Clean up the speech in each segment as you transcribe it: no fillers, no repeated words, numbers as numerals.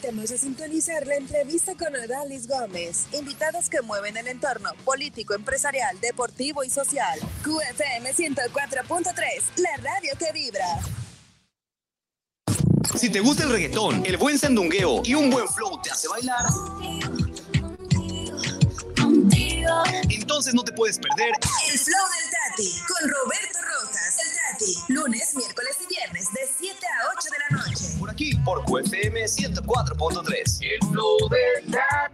invitamos a sintonizar la entrevista con Odalis Gómez. Invitados que mueven el entorno político, empresarial, deportivo y social. QFM 104.3, la radio que vibra. Si te gusta el reggaetón, el buen sandungueo y un buen flow te hace bailar, entonces no te puedes perder El Flow del Tati con Roberto Rojas. El Tati, lunes, miércoles y viernes de 7 a 8 de la noche. por aquí, por QFM 104.3. El Flow del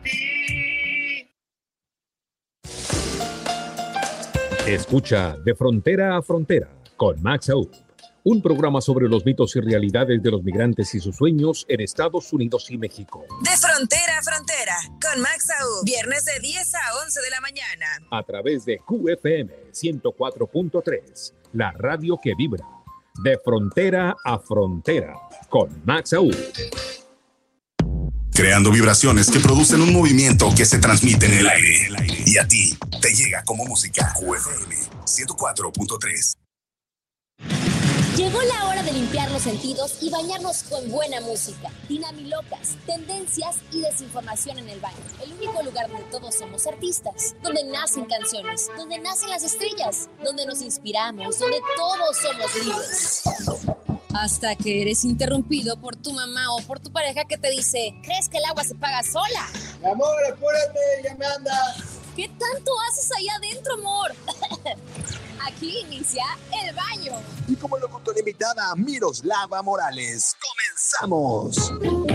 Tati. Escucha De Frontera a Frontera con Max Aub, un programa sobre los mitos y realidades de los migrantes y sus sueños en Estados Unidos y México. De Frontera a Frontera con Max Aub, viernes de 10 a 11 de la mañana. A través de QFM 104.3, la radio que vibra. De Frontera a Frontera con Max Aub. Creando vibraciones que producen un movimiento que se transmite en el aire. Y a ti te llega como música. QFM 104.3. Llegó la hora de limpiar los sentidos y bañarnos con buena música, dinamilocas, tendencias y desinformación en el baño. El único lugar donde todos somos artistas, donde nacen canciones, donde nacen las estrellas, donde nos inspiramos, donde todos somos libres. Hasta que eres interrumpido por tu mamá o por tu pareja que te dice, ¿crees que el agua se paga sola? Mi amor, apúrate, ya me anda. ¿Qué tanto haces ahí adentro, amor? Aquí inicia El Baño. Y como locutora invitada, Miroslava Morales. ¡Comenzamos!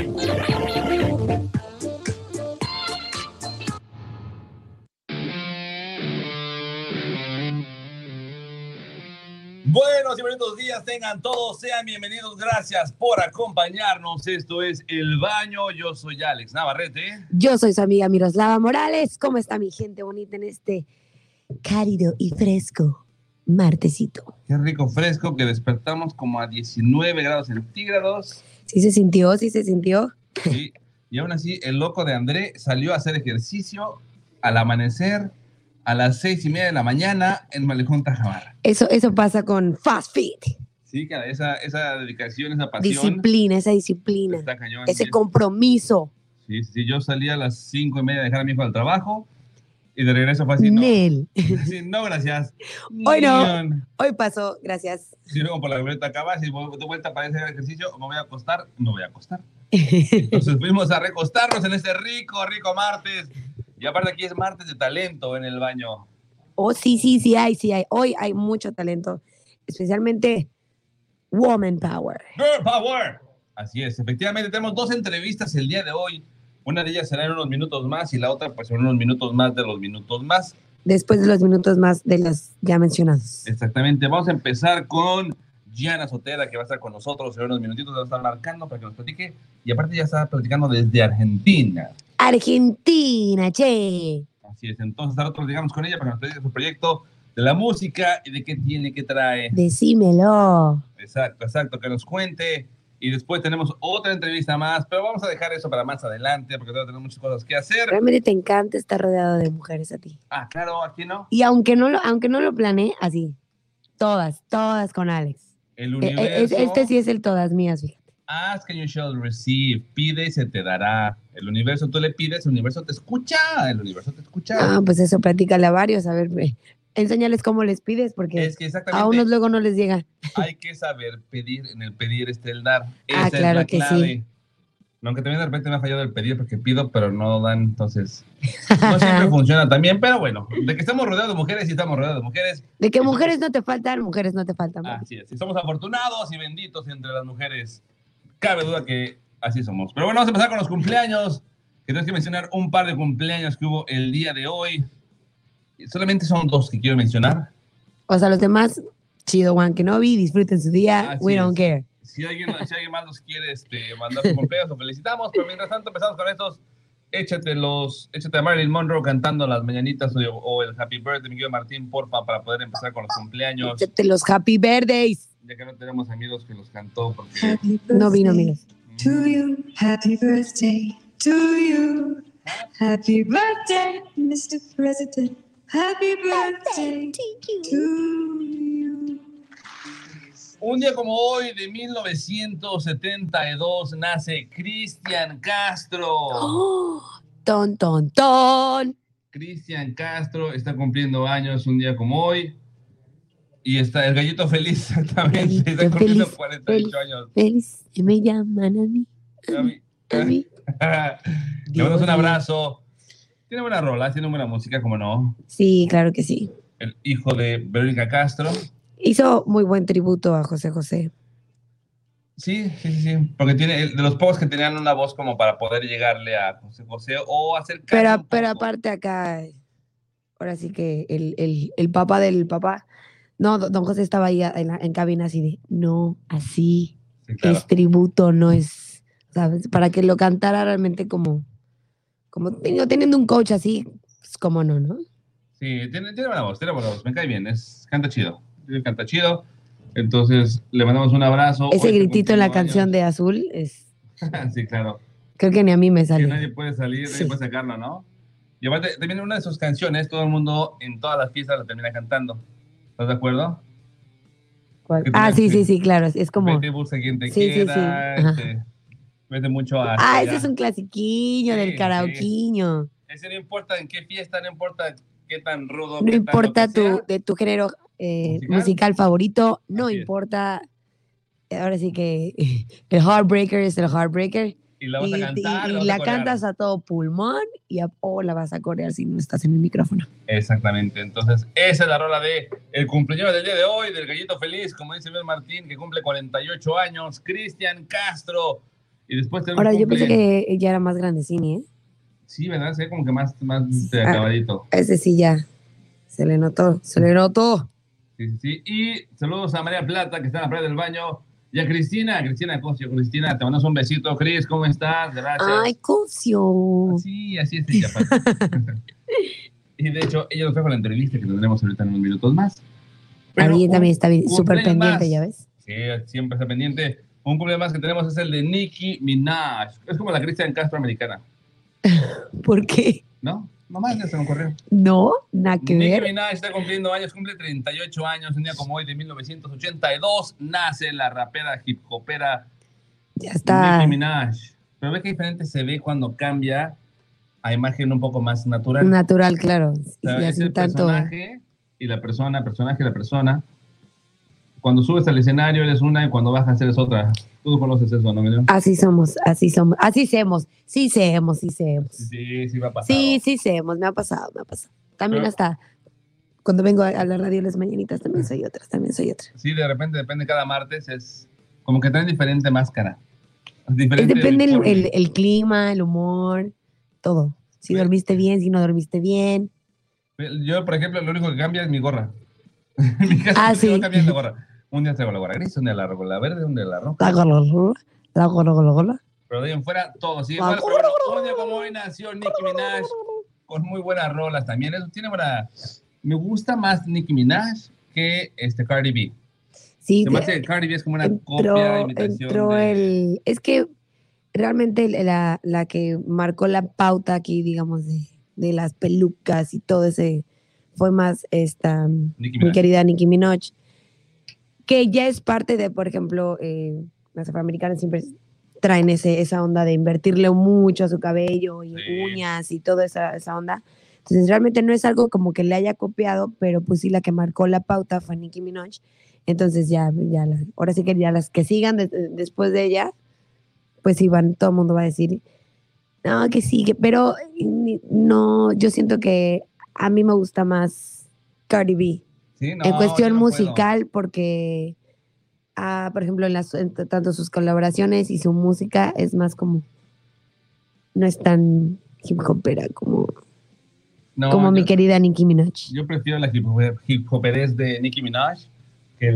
Buenos y bonitos días tengan todos, sean bienvenidos, gracias por acompañarnos. Esto es El Baño, yo soy Alex Navarrete. Yo soy su amiga Miroslava Morales. ¿Cómo está mi gente bonita en este cálido y fresco martesito? Qué rico fresco que despertamos como a 19 grados centígrados. Sí se sintió, sí se sintió. Sí, y aún así el loco de André salió a hacer ejercicio al amanecer a las 6:30 de la mañana en Malecón Tajamar. Eso pasa con Fast Fit. Sí, cara, esa dedicación, esa pasión. Esa disciplina. Está cañón. Ese compromiso. Sí, yo salí a las 5:30 a dejar a mi hijo al trabajo y de regreso fue así, Nel. Sí, no, gracias. Hoy no, hoy pasó, gracias. Si luego por la libreta acabas y de vuelta para ese ejercicio, me voy a acostar. Entonces fuimos a recostarnos en este rico martes. Y aparte aquí es martes de talento en El Baño. Oh, sí hay. Hoy hay mucho talento, especialmente Woman Power. Girl Power. Así es, efectivamente tenemos 2 entrevistas el día de hoy. Una de ellas será en unos minutos más y la otra pues en unos minutos más de los minutos más. Después de los minutos más de las ya mencionados. Exactamente, vamos a empezar con Gianna Sotera, que va a estar con nosotros en unos minutitos, va a estar marcando para que nos platique. Y aparte ya está platicando desde Argentina. Argentina, che. Así es, entonces ahora platicamos con ella para que nos platique su proyecto de la música y de qué tiene, qué trae. Decímelo. Exacto, que nos cuente. Y después tenemos otra entrevista más, pero vamos a dejar eso para más adelante porque todavía tenemos muchas cosas que hacer. Realmente te encanta estar rodeado de mujeres a ti. Ah, claro, aquí no. Y aunque no lo planeé, así. Todas con Alex. El universo. Este sí es el todas mías, fíjate. Ask and you shall receive. Pide y se te dará. El universo, tú le pides, el universo te escucha. Ah, pues eso, platícale a varios. A ver, enséñales cómo les pides, porque es que exactamente, a unos luego no les llega. Hay que saber pedir. En el pedir está el dar. Esa claro es la clave. Sí. Aunque también de repente me ha fallado el pedir porque pido, pero no dan. Entonces, no siempre funciona también. Pero bueno, de que estamos rodeados de mujeres, sí estamos rodeados de mujeres. De que mujeres no te faltan, mujeres no te faltan. Así es. Y somos afortunados y benditos entre las mujeres. Cabe duda que así somos. Pero bueno, vamos a empezar con los cumpleaños. Que tengo que mencionar un par de cumpleaños que hubo el día de hoy. Solamente son 2 que quiero mencionar. O sea, los demás, chido, Juan Kenobi, disfruten su día. Así We don't care. Si alguien más nos quiere mandar su cumpleaños, lo felicitamos. Pero mientras tanto, empezamos con estos. Échate a Marilyn Monroe cantando las mañanitas o el Happy Birthday, Miguel Martín, porfa, para poder empezar con los cumpleaños. Échate los Happy Birthdays. Ya que no tenemos amigos que los cantó. Porque... No vino, amigos. To you, happy birthday to you. Happy birthday, Mr. President. Happy birthday to you. Un día como hoy, de 1972, nace Cristian Castro. ¡Oh! Ton, ton, ton. Cristian Castro está cumpliendo años un día como hoy. Y está el gallito feliz, exactamente. Está cumpliendo 48 años. Feliz, que me llaman a mí. A mí. Le damos un abrazo. Tiene buena rola, tiene buena música, como no. Sí, claro que sí. El hijo de Verónica Castro. Hizo muy buen tributo a José José. Sí. Porque tiene de los pocos que tenían una voz como para poder llegarle a José José o hacer caso. Pero aparte acá, ahora sí que el papá del papá, no, don José estaba ahí en cabina así de, no, así, Sí, claro. es tributo, no es, ¿sabes? Para que lo cantara realmente como teniendo un coach así, pues como no, ¿no? Sí, tiene buena voz, me cae bien, canta chido. Entonces, le mandamos un abrazo. Ese Hoy gritito en la cumpliendo canción años. de Azul es, Sí, claro. creo que ni a mí me Que sale. nadie puede salir, Sí. nadie puede sacarlo, ¿no? Y aparte, también una de sus canciones, todo el mundo en todas las fiestas la termina cantando. ¿Estás de acuerdo? ¿Cuál? Que Ah, tenía- sí, claro, es como, Vete, busca quien te Sí, sí, quiera. sí. Ajá. Vete mucho a... ese es un clasiquiño Sí, del sí. karaoquiño. Ese no importa en qué fiesta, no importa qué tan rudo, No qué tan importa lo que sea. de tu género Musical. musical favorito, no Así es. importa, ahora sí que el Heartbreaker es el Heartbreaker. Y la vas a cantar, y vas a la corear. cantas a todo pulmón o la vas a corear si no estás en el micrófono. Exactamente. Entonces, esa es la rola de el cumpleaños del día de hoy, del gallito feliz, como dice Mel Martín, que cumple 48 años, Cristian Castro. Y después tenemos Ahora, yo pensé que ya era más grandecini, ¿eh? Sí, ¿verdad? Se ve como que más acabadito. Ese sí ya. Se le notó. Sí. Y saludos a María Plata, que está en la playa del baño. Y a Cristina Cosio. Cristina, te mandamos un besito. Cris, ¿cómo estás? Gracias. Ay, Cosio. Así es ella. Y de hecho, ella nos trajo la entrevista que tendremos ahorita en unos minutos más. También está bien, súper cumpleaños pendiente, más. ya ves. Sí, siempre está pendiente. Un cumpleaños más que tenemos es el de Nicki Minaj. Es como la Cristian Castro americana, ¿Por qué? ¿no? Nomás ya se me ocurrió. No, nada que Nicki ver. Minaj está cumpliendo años, cumple 38 años. Un día como hoy de 1982 nace la rapera hip hopera Ya está. Nicki Minaj. Pero ve que diferente se ve cuando cambia a imagen un poco más natural. Natural, claro. O sea, Y es así el tanto. personaje y la persona, personaje y la persona. Cuando subes al escenario eres una y cuando bajas eres otra. Tú conoces eso, ¿no, Emilio? Así somos. Sí semos. Sí, va a pasar. Sí semos, me ha pasado. También Pero- hasta cuando vengo a la radio las mañanitas también soy otra. Sí, de repente depende cada martes, es como que traen diferente máscara. Diferente Depende uniforme. el clima, el humor, todo. Si dormiste bien, si no dormiste bien. Yo, por ejemplo, lo único que cambia es mi gorra. En mi casa Sí. va cambiando la gorra. Un día traigo la gorra gris, un día la verde, un día la roja. La gola. Pero de ahí en fuera, todo sigue La igual. Pero bueno, un día como hoy nació Nicki Minaj, con muy buenas rolas también. Eso tiene buena... Me gusta más Nicki Minaj que Cardi B. Sí, Se me hace que Cardi B es como una copia, imitación de... Es que realmente la que marcó la pauta aquí, digamos, de las pelucas y todo ese, fue más Nicki mi Minaj. querida Nicki Minaj, que ya es parte de, por ejemplo, las afroamericanas siempre traen esa onda de invertirle mucho a su cabello y Sí. uñas y toda esa onda. Entonces realmente no es algo como que le haya copiado, pero pues sí la que marcó la pauta fue Nicki Minaj. Entonces ahora sí que ya las que sigan después de ella, pues sí todo el mundo va a decir, no, que sí, pero no, yo siento que a mí me gusta más Cardi B. Sí, no, En cuestión yo no musical, porque, por ejemplo, tanto sus colaboraciones y su música es más como, no es tan hip hopera como, puedo. No, como mi yo- querida Nicki Minaj. Yo prefiero la hip hoperez de Nicki Minaj que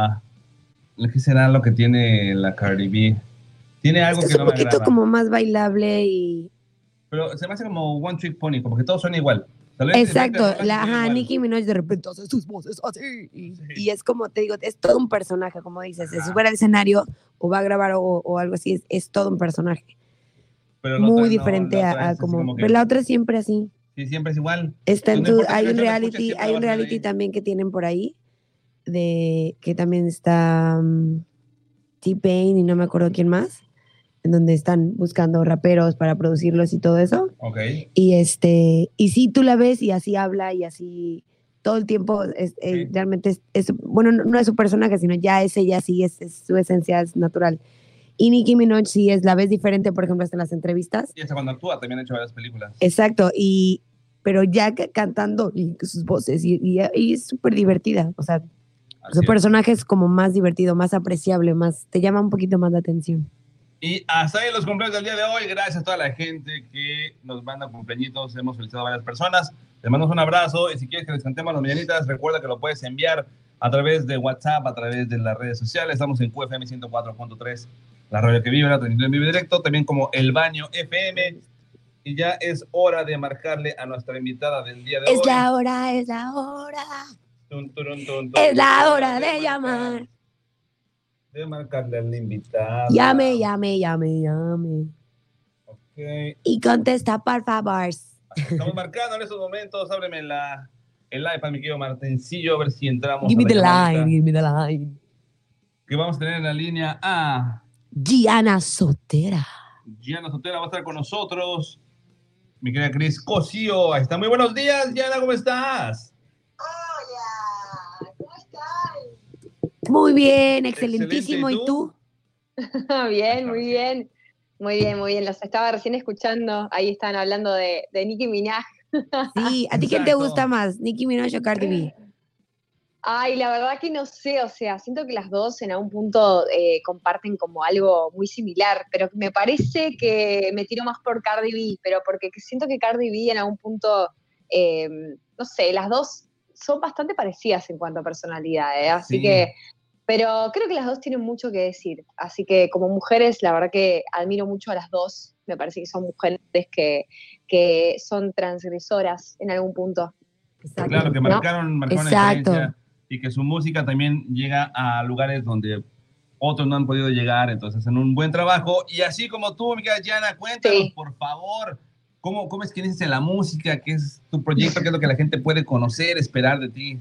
¿qué será lo que tiene la Cardi B? Tiene algo Es que un no me poquito agrada. como más bailable y... Pero se me hace como One Trick Pony, como que todos son igual. O sea, Exacto, diferentes rolas y suenan igual. Nicki Minaj de repente hace sus voces así y es como te digo, es todo un personaje, como dices, se sube al escenario o va a grabar o algo así, es todo un personaje. Pero la Muy otra no, diferente la otra a es así como, que- pero la otra es siempre así. Sí, siempre es igual. Está No importa hay qué un canción reality, escuches, siempre hay va un a ser reality ahí. también que tienen por ahí que también está T-Pain y no me acuerdo quién más, en donde están buscando raperos para producirlos y todo eso. Ok. Y sí, tú la ves y así habla y así todo el tiempo realmente bueno, no es su personaje, sino ya es ella, sí, es su esencia, es natural. Y Nicki Minaj sí la ves diferente, por ejemplo, hasta en las entrevistas. Y hasta cuando actúa también ha hecho varias películas. Exacto, pero ya cantando y sus voces y es súper divertida, o sea, su personaje es como más divertido, más apreciable, te llama un poquito más la atención. Y hasta ahí los cumpleaños del día de hoy. Gracias a toda la gente que nos manda cumpleañitos. Hemos felicitado a varias personas. Les mandamos un abrazo. Y si quieres que les cantemos las mañanitas, recuerda que lo puedes enviar a través de WhatsApp, a través de las redes sociales. Estamos en QFM 104.3, la radio que vibra, transmitiendo en vivo directo, también como El Baño FM. Y ya es hora de marcarle a nuestra invitada del día de hoy. Es la hora. Es la hora de llamar. De marcarle al invitado. Llame. Ok. Y contesta, por favor. Estamos marcando en estos momentos. Ábreme el iPad, mi querido Martincillo, a ver si entramos. Give me the line. Que vamos a tener en la línea a Gianna Sotera. Gianna Sotera va a estar con nosotros. Mi querida Cris Cosío. Ahí está. Muy buenos días, Gianna, ¿cómo estás? Hola, ¿cómo están? Muy bien, excelentísimo. ¿Y tú? Bien, muy bien. Muy bien. Los estaba recién escuchando. Ahí estaban hablando de Nicki Minaj. Sí, ¿a ti quién te gusta más? ¿Nicki Minaj o Cardi B? Ay, la verdad que no sé, o sea, siento que las dos en algún punto comparten como algo muy similar, pero me parece que me tiro más por Cardi B, pero porque siento que Cardi B en algún punto, no sé, las dos son bastante parecidas en cuanto a personalidad, así Sí. que, pero creo que las dos tienen mucho que decir, así que como mujeres, la verdad que admiro mucho a las dos, me parece que son mujeres que son transgresoras en algún punto. Exacto. Claro, que marcaron la Exacto. diferencia y que su música también llega a lugares donde otros no han podido llegar, entonces hacen un buen trabajo. Y así como tú, mi querida Gianna, cuéntanos, por favor, ¿cómo es que inicias en la música? ¿Qué es tu proyecto? ¿Qué es lo que la gente puede conocer, esperar de ti?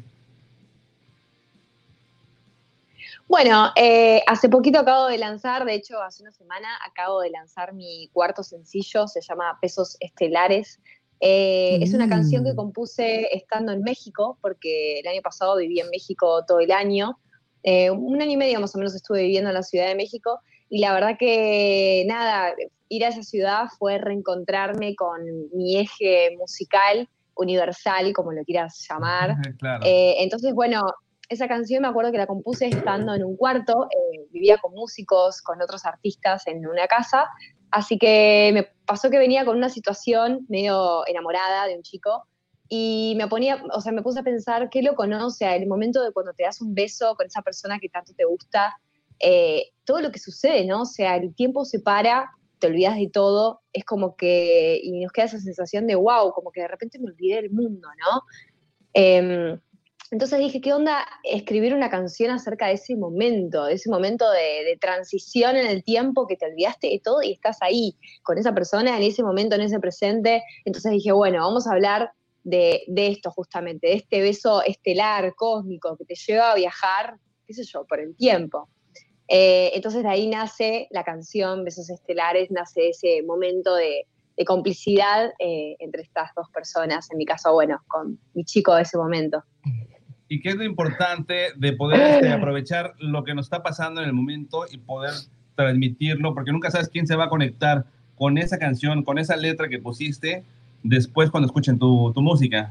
Bueno, hace poquito acabo de lanzar, de hecho hace una semana acabo de lanzar mi cuarto sencillo, se llama Pesos Estelares. Es una canción que compuse estando en México, porque el año pasado viví en México todo el año. Un año y medio más o menos estuve viviendo en la Ciudad de México y la verdad que nada, ir a esa ciudad fue reencontrarme con mi eje musical, universal, como lo quieras llamar. Claro. Entonces, bueno, esa canción me acuerdo que la compuse estando en un cuarto, vivía con músicos, con otros artistas en una casa, así que me pasó que venía con una situación medio enamorada de un chico y me puse a pensar qué lo conoce, el momento de cuando te das un beso con esa persona que tanto te gusta, todo lo que sucede, ¿no? O sea, el tiempo se para, te olvidas de todo, es como que, y nos queda esa sensación de wow, como que de repente me olvidé del mundo, ¿no? Entonces dije, ¿qué onda escribir una canción acerca de ese momento de transición en el tiempo que te olvidaste de todo y estás ahí con esa persona en ese momento, en ese presente? Entonces dije, bueno, vamos a hablar de esto justamente, de este beso estelar, cósmico, que te lleva a viajar, qué sé yo, por el tiempo. Entonces de ahí nace la canción Besos Estelares, nace ese momento de complicidad entre estas dos personas, en mi caso, bueno, con mi chico de ese momento. ¿Y qué es lo importante de poder aprovechar lo que nos está pasando en el momento y poder transmitirlo? Porque nunca sabes quién se va a conectar con esa canción, con esa letra que pusiste después cuando escuchen tu música.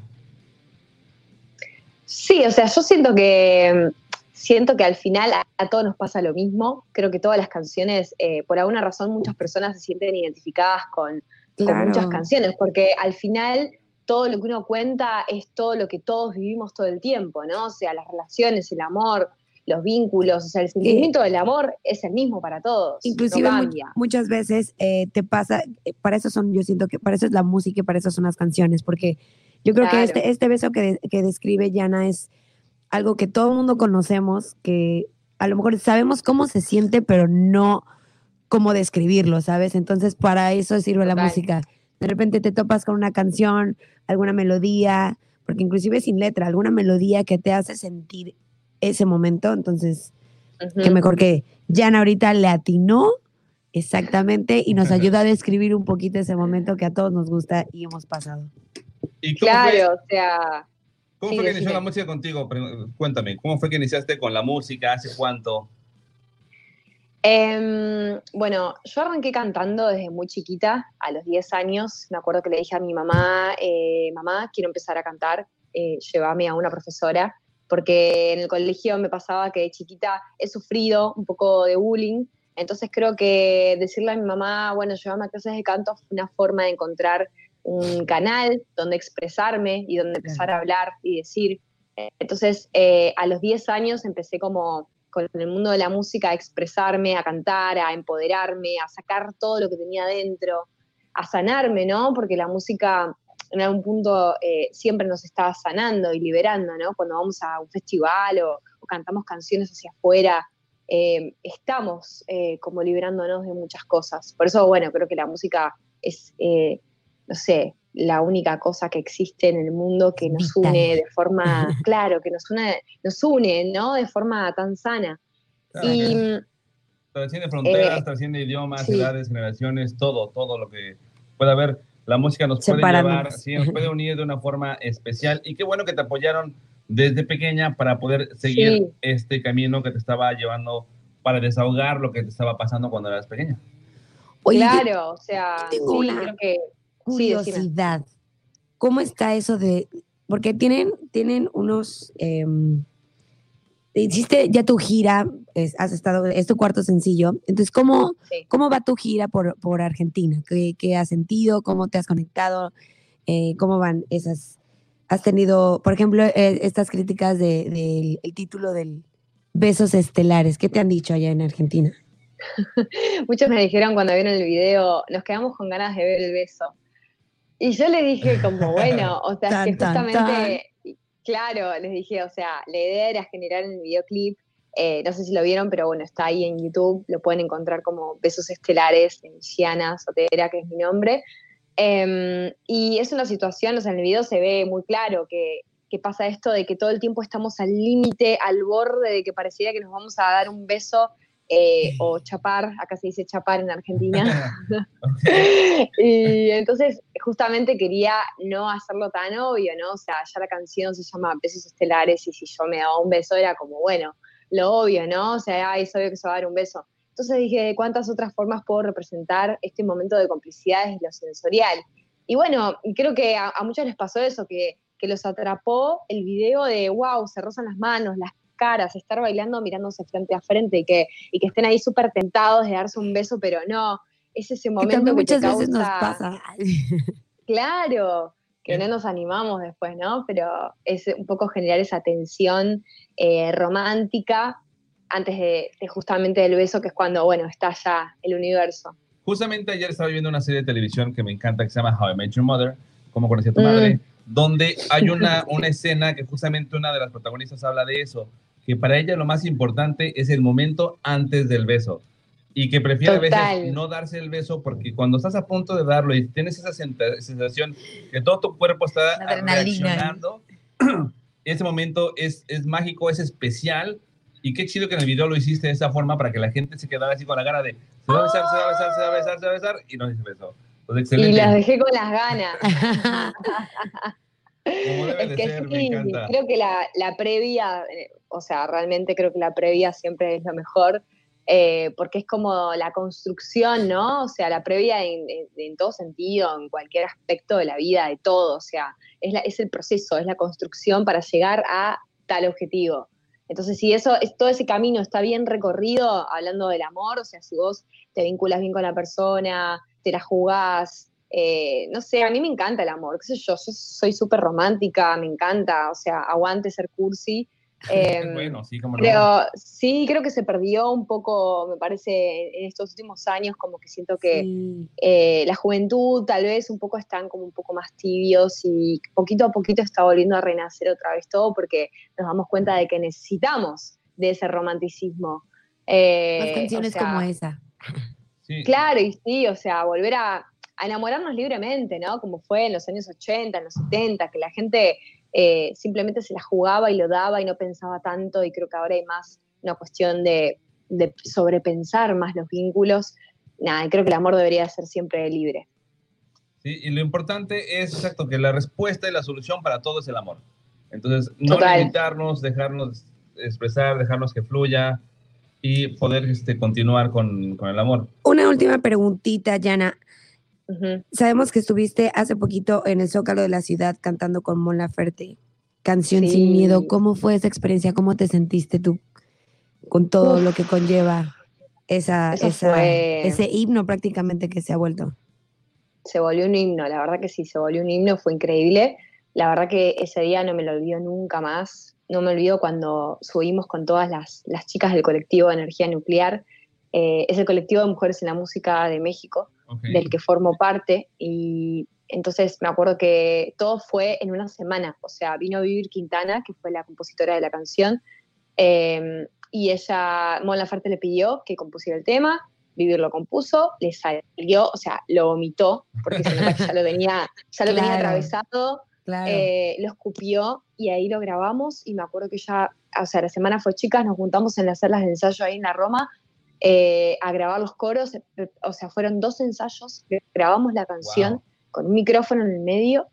Sí, o sea, yo siento que al final a todos nos pasa lo mismo. Creo que todas las canciones, por alguna razón, muchas personas se sienten identificadas con muchas canciones, porque al final todo lo que uno cuenta es todo lo que todos vivimos todo el tiempo, ¿no? O sea, las relaciones, el amor, los vínculos, o sea, el sentimiento del amor es el mismo para todos. Inclusive no cambia. Muchas veces te pasa, yo siento que para eso es la música y para eso son las canciones, porque yo creo que este beso que describe Gianna es algo que todo el mundo conocemos, que a lo mejor sabemos cómo se siente, pero no cómo describirlo, ¿sabes? Entonces para eso sirve la música. De repente te topas con una canción, alguna melodía, porque inclusive sin letra, alguna melodía que te hace sentir ese momento. Entonces, Ujú. qué mejor que Jan ahorita le atinó exactamente y nos ayuda a describir un poquito ese momento que a todos nos gusta y hemos pasado. ¿Y cómo fue, Claro, o sea, cómo sí, fue que inició decime. la música contigo? Cuéntame, ¿cómo fue que iniciaste con la música? ¿Hace cuánto? Bueno, yo arranqué cantando desde muy chiquita, a los 10 años. Me acuerdo que le dije a mi mamá, mamá, quiero empezar a cantar, llévame a una profesora, porque en el colegio me pasaba que de chiquita he sufrido un poco de bullying. Entonces creo que decirle a mi mamá, bueno, llévame a clases de canto fue una forma de encontrar un canal donde expresarme y donde empezar a hablar y decir. Entonces, a los 10 años empecé como con el mundo de la música a expresarme, a cantar, a empoderarme, a sacar todo lo que tenía dentro, a sanarme, ¿no? Porque la música en algún punto siempre nos está sanando y liberando, ¿no? Cuando vamos a un festival o cantamos canciones hacia afuera, estamos como liberándonos de muchas cosas. Por eso, bueno, creo que la música es, no sé, la única cosa que existe en el mundo que nos une de forma, claro, que nos une, ¿no? De forma tan sana. Claro, Y trasciende fronteras, trasciende idiomas, sí. edades, generaciones, todo lo que pueda haber. La música nos puede Separándonos. llevar, sí, nos puede unir de una forma especial. Y qué bueno que te apoyaron desde pequeña para poder seguir Sí. este camino que te estaba llevando para desahogar lo que te estaba pasando cuando eras pequeña. Oye, Claro, o sea, tengo sí, una creo que sí, decime. curiosidad. ¿Cómo está eso de...? Porque tienen unos... hiciste ya tu gira, has estado, es tu cuarto sencillo. Entonces, ¿cómo va tu gira por Argentina? ¿Qué has sentido? ¿Cómo te has conectado? ¿Cómo van esas? ¿Has tenido, por ejemplo, estas críticas del el título del Besos Estelares? ¿Qué te han dicho allá en Argentina? Muchos me dijeron cuando vieron el video, nos quedamos con ganas de ver el beso. Y yo les dije como, bueno, o sea, es que justamente, claro, les dije, o sea, la idea era generar en el videoclip, no sé si lo vieron, pero bueno, está ahí en YouTube, lo pueden encontrar como Besos Estelares, en Gianna Sotera, que es mi nombre. Y es una situación, o sea, en el video se ve muy claro que pasa esto de que todo el tiempo estamos al límite, al borde de que pareciera que nos vamos a dar un beso o chapar, acá se dice chapar en Argentina. Y entonces justamente quería no hacerlo tan obvio, ¿no? O sea, ya la canción se llama Besos Estelares y si yo me daba un beso era como, bueno, lo obvio, ¿no? O sea, es obvio que se va a dar un beso. Entonces dije, ¿de cuántas otras formas puedo representar este momento de complicidad desde lo sensorial? Y bueno, creo que a muchos les pasó eso, que los atrapó el video de, wow, se rozan las manos, las caras, estar bailando mirándose frente a frente y que estén ahí súper tentados de darse un beso, pero no, es ese momento también que muchas te veces nos causa... pasa. Claro, que no nos animamos después, ¿no? Pero es un poco generar esa tensión romántica antes de justamente del beso, que es cuando, bueno, está ya el universo. Justamente ayer estaba viendo una serie de televisión que me encanta, que se llama How I Met Your Mother, Cómo conocí a tu madre, donde hay una escena que justamente una de las protagonistas habla de eso, que para ella lo más importante es el momento antes del beso y que prefiere a veces no darse el beso porque cuando estás a punto de darlo y tienes esa sensación que todo tu cuerpo está reaccionando, ese momento es mágico, es especial y qué chido que en el video lo hiciste de esa forma para que la gente se quedara así con la cara de se va a besar, se va a besar, se va a besar, se va a besar y no se besó. Pues excelente. Y las dejé con las ganas. Como debe de ser, me encanta. Creo que la previa, o sea, realmente creo que la previa siempre es lo mejor, porque es como la construcción, ¿no? O sea, la previa en todo sentido, en cualquier aspecto de la vida, de todo, o sea, es el proceso, es la construcción para llegar a tal objetivo. Entonces, si todo ese camino está bien recorrido, hablando del amor, o sea, si vos te vinculas bien con la persona, te la jugás, no sé, a mí me encanta el amor, qué sé yo soy súper romántica, me encanta, o sea, aguante ser cursi. Bueno, sí, como pero sí, creo que se perdió un poco, me parece, en estos últimos años, como que siento que la juventud tal vez un poco están como un poco más tibios y poquito a poquito está volviendo a renacer otra vez todo porque nos damos cuenta de que necesitamos de ese romanticismo. Las canciones o sea, como esa. Sí. Claro, y sí, o sea, volver a enamorarnos libremente, ¿no? Como fue en los años 80, en los 70, que la gente simplemente se la jugaba y lo daba y no pensaba tanto, y creo que ahora hay más una cuestión de sobrepensar más los vínculos. Nada, creo que el amor debería ser siempre libre. Sí, y lo importante es, exacto, que la respuesta y la solución para todo es el amor. Entonces, no Total. limitarnos, dejarnos expresar, dejarnos que fluya y poder continuar con el amor. Una última preguntita, Yana. Ujú. Sabemos que estuviste hace poquito en el Zócalo de la ciudad cantando con Mon Laferte, Canción Sí. Sin Miedo. ¿Cómo fue esa experiencia? ¿Cómo te sentiste tú con todo lo que conlleva ese himno prácticamente que se ha vuelto? Se volvió un himno, la verdad que sí, se volvió un himno, fue increíble. La verdad que ese día no me lo olvido nunca más. No me olvido cuando subimos con todas las chicas del colectivo de Energía Nuclear. Es el colectivo de mujeres en la música de México, del que formo parte. Y entonces me acuerdo que todo fue en una semana. O sea, vino Vivir Quintana, que fue la compositora de la canción, y ella, Mon Laferte, le pidió que compusiera el tema. Vivir lo compuso, le salió, o sea, lo vomitó, porque se nota que ya lo tenía atravesado, claro. Lo escupió, y ahí lo grabamos, y me acuerdo que ya, o sea, la semana fue chicas, nos juntamos en las salas de ensayo ahí en la Roma, a grabar los coros, o sea, fueron 2 ensayos, grabamos la canción con un micrófono en el medio,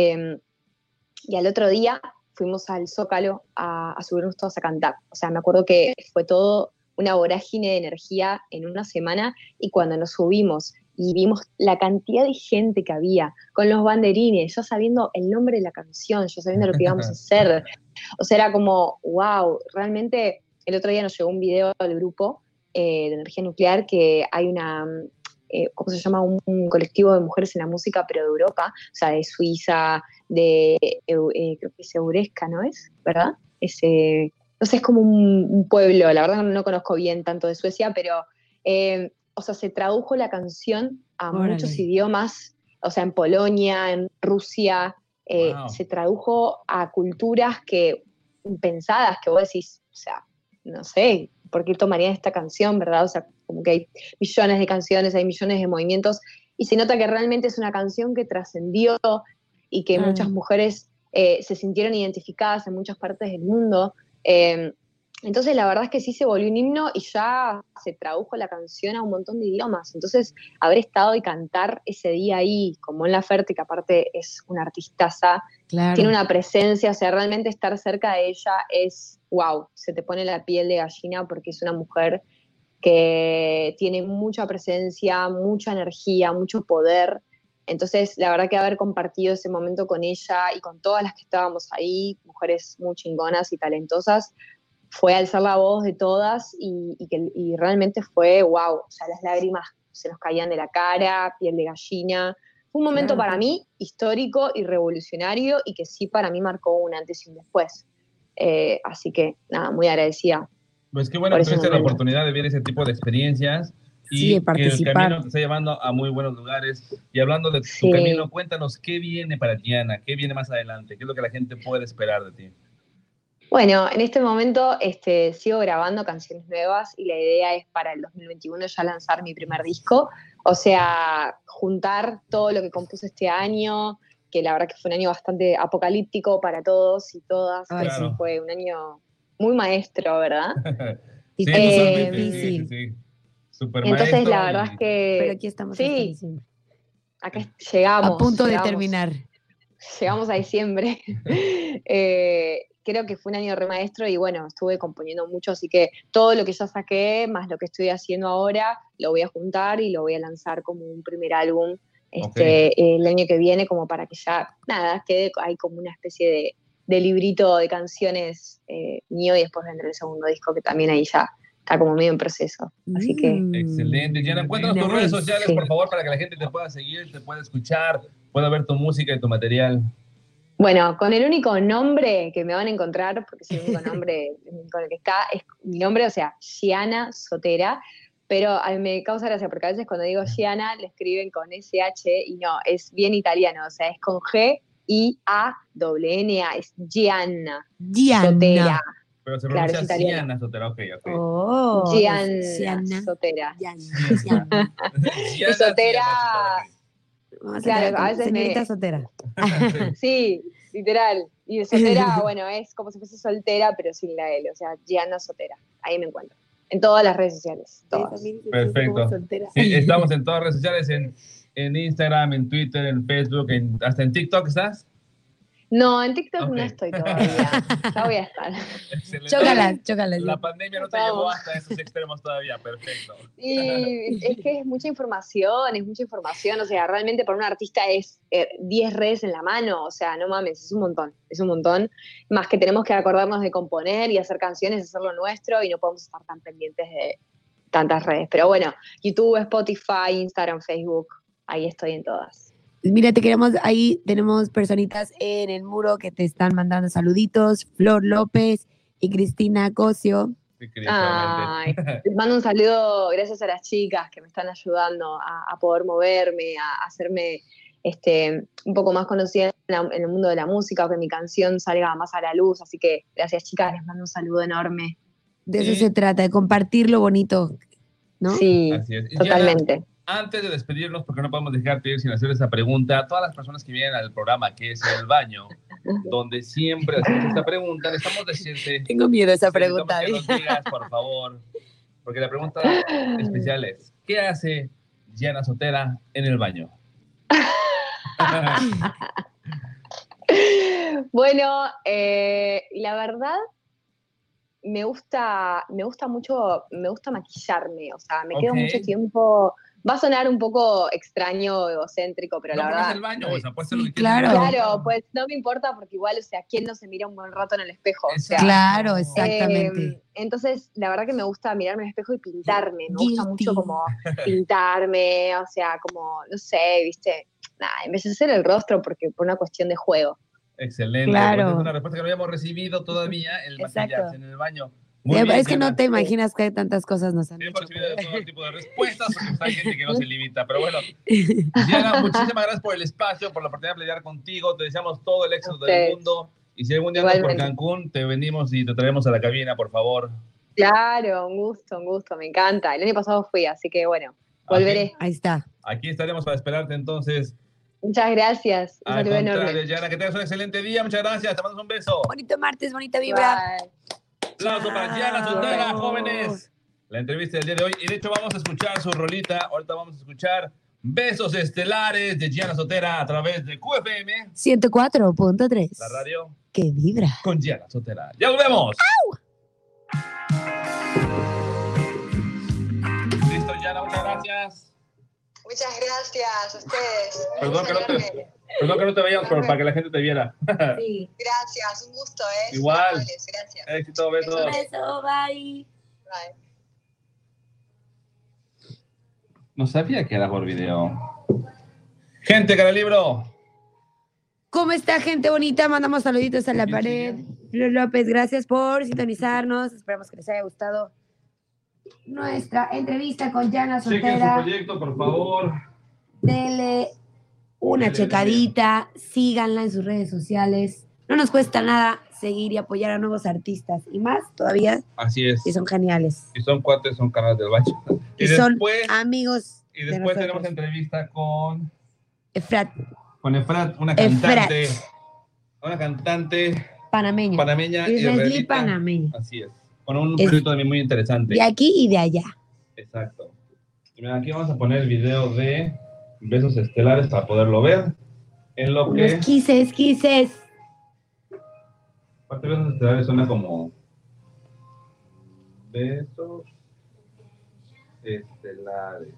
y al otro día fuimos al Zócalo a subirnos todos a cantar. O sea, me acuerdo que fue todo una vorágine de energía en una semana, y cuando nos subimos y vimos la cantidad de gente que había, con los banderines, yo sabiendo el nombre de la canción, yo sabiendo lo que íbamos a hacer, o sea, era como, wow, realmente. El otro día nos llegó un video del grupo de Energía Nuclear, que hay una, ¿cómo se llama? Un colectivo de mujeres en la música, pero de Europa, o sea, de Suiza, creo que es Euresca, ¿no es? ¿Verdad? No sé, es como un pueblo, la verdad no conozco bien tanto de Suecia, pero, o sea, se tradujo la canción a muchos idiomas, o sea, en Polonia, en Rusia, se tradujo a culturas pensadas, que vos decís, o sea, no sé, ¿por qué tomarían esta canción, verdad? O sea, como que hay millones de canciones, hay millones de movimientos, y se nota que realmente es una canción que trascendió y que muchas mujeres se sintieron identificadas en muchas partes del mundo. Entonces la verdad es que sí se volvió un himno, y ya se tradujo la canción a un montón de idiomas. Entonces haber estado y cantar ese día ahí con Mon Laferte, que aparte es una artistaza, tiene una presencia, o sea, realmente estar cerca de ella es wow, se te pone la piel de gallina, porque es una mujer que tiene mucha presencia, mucha energía, mucho poder. Entonces, la verdad que haber compartido ese momento con ella y con todas las que estábamos ahí, mujeres muy chingonas y talentosas, fue alzar la voz de todas, y realmente fue wow. O sea, las lágrimas se nos caían de la cara, piel de gallina. Fue un momento para mí histórico y revolucionario, y que sí para mí marcó un antes y un después. Así que, nada, muy agradecida. Pues qué bueno que tuviste la oportunidad de ver ese tipo de experiencias, y que el camino te está llevando a muy buenos lugares. Y hablando de tu camino, cuéntanos, ¿qué viene para ti, Ana? ¿Qué viene más adelante? ¿Qué es lo que la gente puede esperar de ti? Bueno, en este momento sigo grabando canciones nuevas, y la idea es para el 2021 ya lanzar mi primer disco. O sea, juntar todo lo que compuse este año, que la verdad que fue un año bastante apocalíptico para todos y todas. Claro. Fue un año muy maestro, ¿verdad? Sí, difícil. Sí. Super entonces maestro, la verdad es que... Pero aquí estamos. Sí, acá llegamos. A punto de terminar. Llegamos a diciembre. Creo que fue un año re maestro, y bueno, estuve componiendo mucho, así que todo lo que ya saqué, más lo que estoy haciendo ahora, lo voy a juntar y lo voy a lanzar como un primer álbum el año que viene, como para que ya, nada, quede ahí como una especie de librito de canciones mío, y después vendrá el segundo disco, que también ahí ya está como medio en proceso. Así que... Excelente. Diana, cuéntanos tus redes sociales, por favor, para que la gente te pueda seguir, te pueda escuchar, pueda ver tu música y tu material. Bueno, con el único nombre que me van a encontrar, porque es el único nombre con el que está, es mi nombre, o sea, Gianna Sotera, pero a mí me causa gracia, porque a veces cuando digo Gianna, le escriben con SH, y no, es bien italiano, o sea, es con G-I-A-N-A, es Gianna Sotera. Pero se pronuncia Gianna Sotera, ok. Oh, Gianna Sotera. Gianna. Y Sotera... Claro, a veces señorita Sotera. Sí, literal. Y Sotera, bueno, es como si fuese soltera, pero sin la L, o sea, Gianna Sotera. Ahí me encuentro. En todas las redes sociales. Todas. Perfecto. Sí, estamos en todas las redes sociales, en Instagram, en Twitter, en Facebook, hasta en TikTok, ¿estás? No, en TikTok no estoy todavía. Ya voy a estar. Chócalas. La pandemia no te llevó hasta esos extremos todavía, perfecto. Y es que es mucha información, o sea, realmente para un artista es 10 redes en la mano, o sea, no mames, es un montón, más que tenemos que acordarnos de componer y hacer canciones, hacer lo nuestro, y no podemos estar tan pendientes de tantas redes, pero bueno, YouTube, Spotify, Instagram, Facebook, ahí estoy en todas. Mira, ahí tenemos personitas en el muro que te están mandando saluditos, Flor López y Cristina Cosio. Ay, les mando un saludo gracias a las chicas que me están ayudando a poder moverme, a hacerme un poco más conocida en el mundo de la música, o que mi canción salga más a la luz, así que gracias chicas, les mando un saludo enorme. De eso se trata, de compartir lo bonito, ¿no? Sí, totalmente. Antes de despedirnos, porque no podemos dejar de ir sin hacer esa pregunta, a todas las personas que vienen al programa, que es El Baño, donde siempre hacemos esta pregunta, necesitamos decirte... Tengo miedo a esa pregunta. Que nos digas, por favor, porque la pregunta especial es, ¿qué hace Gianna Sotera en el baño? Bueno, la verdad, me gusta mucho, me gusta maquillarme, o sea, me quedo mucho tiempo. Va a sonar un poco extraño, egocéntrico, pero la verdad... el baño, o sea, puede ser lo que Claro, pues no me importa porque igual, o sea, ¿quién no se mira un buen rato en el espejo? O sea, claro, exactamente. Entonces, la verdad que me gusta mirarme en el espejo y pintarme. Me gusta mucho como pintarme, o sea, como, no sé, viste, nada, empecé a hacer el rostro por una cuestión de juego. Excelente. Claro. Pues es una respuesta que no habíamos recibido todavía, el maquillaje en el baño. Es que no te imaginas que tantas cosas nos han dicho. Hemos recibido todo tipo de respuestas, porque hay gente que no se limita. Pero bueno, Gianna, muchísimas gracias por el espacio, por la oportunidad de pelear contigo. Te deseamos todo el éxito del mundo. Y si algún día andas por Cancún, te venimos y te traemos a la cabina, por favor. Claro, un gusto, me encanta. El año pasado fui, así que bueno, volveré. Ahí está. Aquí estaremos para esperarte entonces. Muchas gracias. Un saludo enorme. Gianna, que tengas un excelente día. Muchas gracias. Te mando un beso. Bonito martes, bonita vibra. Bye. Aplauso para Gianna Sotera, jóvenes. La entrevista del día de hoy. Y de hecho vamos a escuchar su rolita. Ahorita vamos a escuchar Besos Estelares de Gianna Sotera a través de QFM 104.3. La radio que vibra. Con Gianna Sotera. ¡Ya volvemos! ¡Au! Listo, Gianna, muchas gracias. Muchas gracias a ustedes. Perdón que no te veíamos, pero para que la gente te viera. Sí. Gracias, un gusto, ¿eh? Igual. Gracias. Éxito, besos. Un beso, bye. Bye. No sabía que era por video. Gente, cara libro. ¿Cómo está, gente bonita? Mandamos saluditos a la pared. Flor López, gracias por sintonizarnos. Esperamos que les haya gustado nuestra entrevista con Gianna Sotera. Chequen su proyecto, por favor. Denle una checadita, síganla en sus redes sociales. No nos cuesta nada seguir y apoyar a nuevos artistas. Y más todavía. Así es. Y son geniales. Y son cuates, son canales del baño. Y son amigos. Y después tenemos entrevista con Efrat. Con Efrat, una cantante. Una cantante panameña. Israelí panameña. Así es. Con un proyecto también muy interesante. De aquí y de allá. Exacto. Y mira, aquí vamos a poner el video de Besos Estelares para poderlo ver. En lo que. Los quises. Aparte de Besos Estelares suena como. Besos Estelares.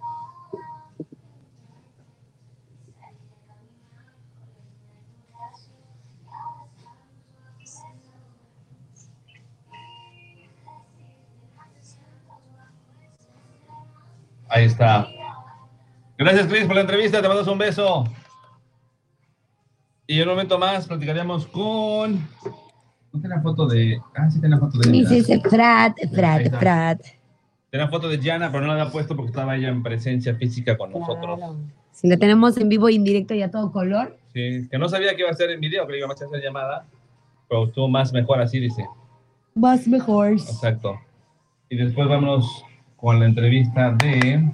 Ahí está. Gracias, Chris, por la entrevista. Te mando un beso. Y en un momento más platicaríamos con... ¿No tiene la foto de...? Ah, sí tiene la foto de... Dice Efrat. Tiene la foto de Gianna, pero no la había puesto porque estaba ella en presencia física con nosotros. Si la tenemos en vivo e indirecto y a todo color. Sí, que no sabía que iba a ser en video, que iba a hacer llamada. Pero estuvo más mejor así, dice. Más mejor. Exacto. Y después vámonos con la entrevista de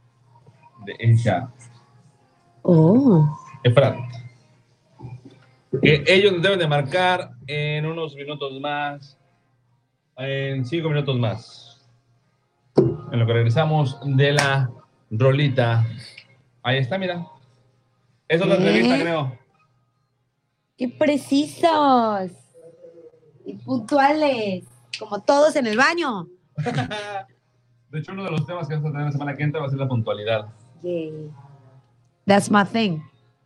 ella. Oh. Efrat. que ellos deben de marcar en unos minutos más, en 5 minutos más. En lo que regresamos de la rolita. Ahí está, mira. Es otra entrevista, creo. ¡Qué precisos! Y puntuales, como todos en el baño. De hecho, uno de los temas que vamos a tener la semana que entra va a ser la puntualidad. Yeah. That's my thing.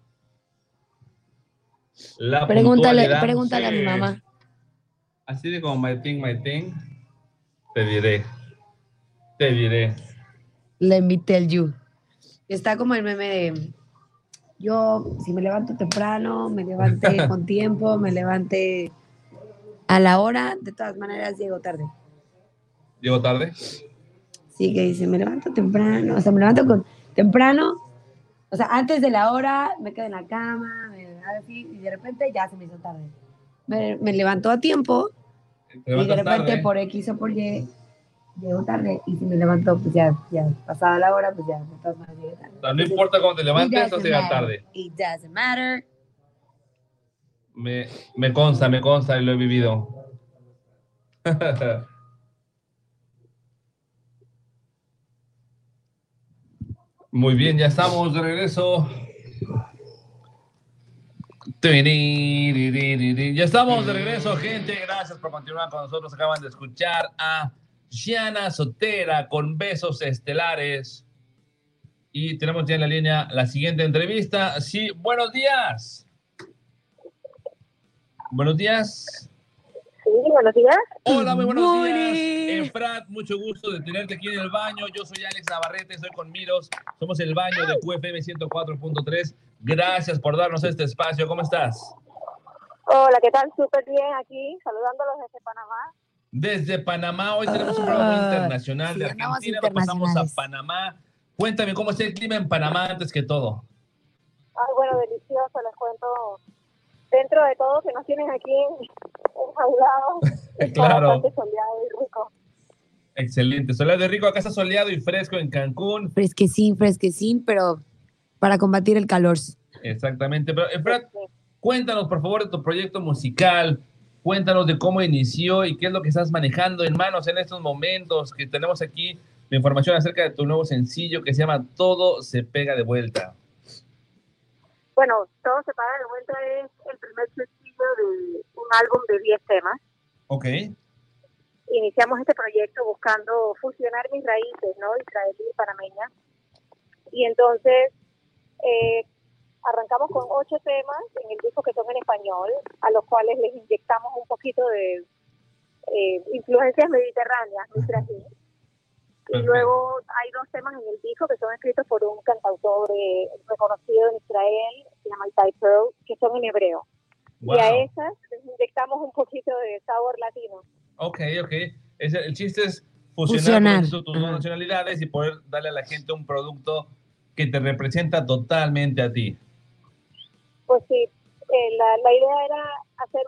La Pregúntale puntualidad, a mi mamá. Así de como my thing, te diré. Let me tell you. Está como el meme de yo, si me levanto temprano, me levanté con tiempo, me levanté a la hora, de todas maneras llego tarde. ¿Llego tarde? Sí, que dice, me levanto temprano, o sea, me levanto temprano, o sea, antes de la hora, me quedo en la cama, así, y de repente ya se me hizo tarde. Me levantó a tiempo, y de repente tarde. por X o por Y, llego tarde, y si me levanto, pues ya pasada la hora, pues ya, de todas maneras llegué tarde. O sea, no importa cómo te levantes, vas a llegar tarde. It doesn't matter. Me consta y lo he vivido. Muy bien, ya estamos de regreso. Ya estamos de regreso, gente. Gracias por continuar con nosotros. Acaban de escuchar a Gianna Sotera con Besos Estelares. Y tenemos ya en la línea la siguiente entrevista. Sí, buenos días. Buenos días. Sí, buenos días. Hola, muy buenos días. Efrat, mucho gusto de tenerte aquí en el baño. Yo soy Alex Navarrete, estoy con Miros. Somos el baño de QFM 104.3. Gracias por darnos este espacio. ¿Cómo estás? Hola, ¿qué tal? Súper bien aquí, saludándolos desde Panamá. Desde Panamá, hoy tenemos un programa muy internacional de Argentina. Nos pasamos a Panamá. Cuéntame cómo está el clima en Panamá antes que todo. Ay, bueno, delicioso, les cuento. Dentro de todo que nos tienen aquí enjaulados, Claro. bastante soleado y rico. Excelente, soleado y rico. Acá está soleado y fresco en Cancún. Fresquecín, pero para combatir el calor. Exactamente. Pero, Efrat, cuéntanos, por favor, de tu proyecto musical. Cuéntanos de cómo inició y qué es lo que estás manejando en manos en estos momentos, que tenemos aquí la información acerca de tu nuevo sencillo que se llama Todo se pega de vuelta. Bueno, Todo se pega de vuelta es el primer sencillo de un álbum de 10 temas. Ok. Iniciamos este proyecto buscando fusionar mis raíces, ¿no? Israelí y panameña. Y entonces arrancamos con 8 temas en el disco que son en español, a los cuales les inyectamos un poquito de influencias mediterráneas, mitrají. Y luego hay 2 temas en el disco que son escritos por un cantautor reconocido en Israel, se llama Itai Pearl, que son en hebreo. Wow. Y a esas les inyectamos un poquito de sabor latino. Ok. El chiste es fusionar tus dos nacionalidades y poder darle a la gente un producto que te representa totalmente a ti. Pues sí, la idea era hacer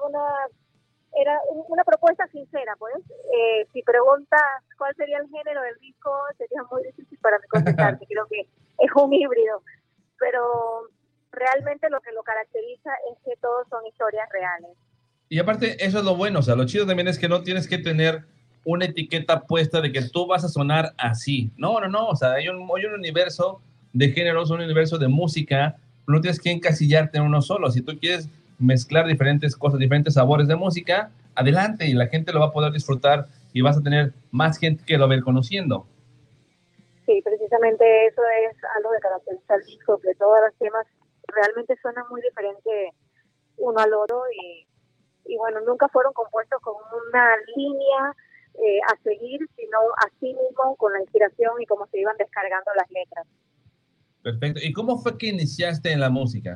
una propuesta sincera, pues. Si preguntas cuál sería el género del disco, sería muy difícil para mí contestarte. Creo que es un híbrido, pero realmente lo que lo caracteriza es que todos son historias reales. Y aparte, eso es lo bueno, o sea, lo chido también es que no tienes que tener una etiqueta puesta de que tú vas a sonar así. No, o sea, hay un universo de géneros, un universo de música, no tienes que encasillarte en uno solo. Si tú quieres mezclar diferentes cosas, diferentes sabores de música, adelante, y la gente lo va a poder disfrutar y vas a tener más gente que lo va a ir conociendo. Sí, precisamente eso es algo que caracteriza el disco, que todos los temas realmente suenan muy diferentes uno al otro y bueno, nunca fueron compuestos con una línea a seguir, sino así mismo con la inspiración y cómo se iban descargando las letras. Perfecto. ¿Y cómo fue que iniciaste en la música?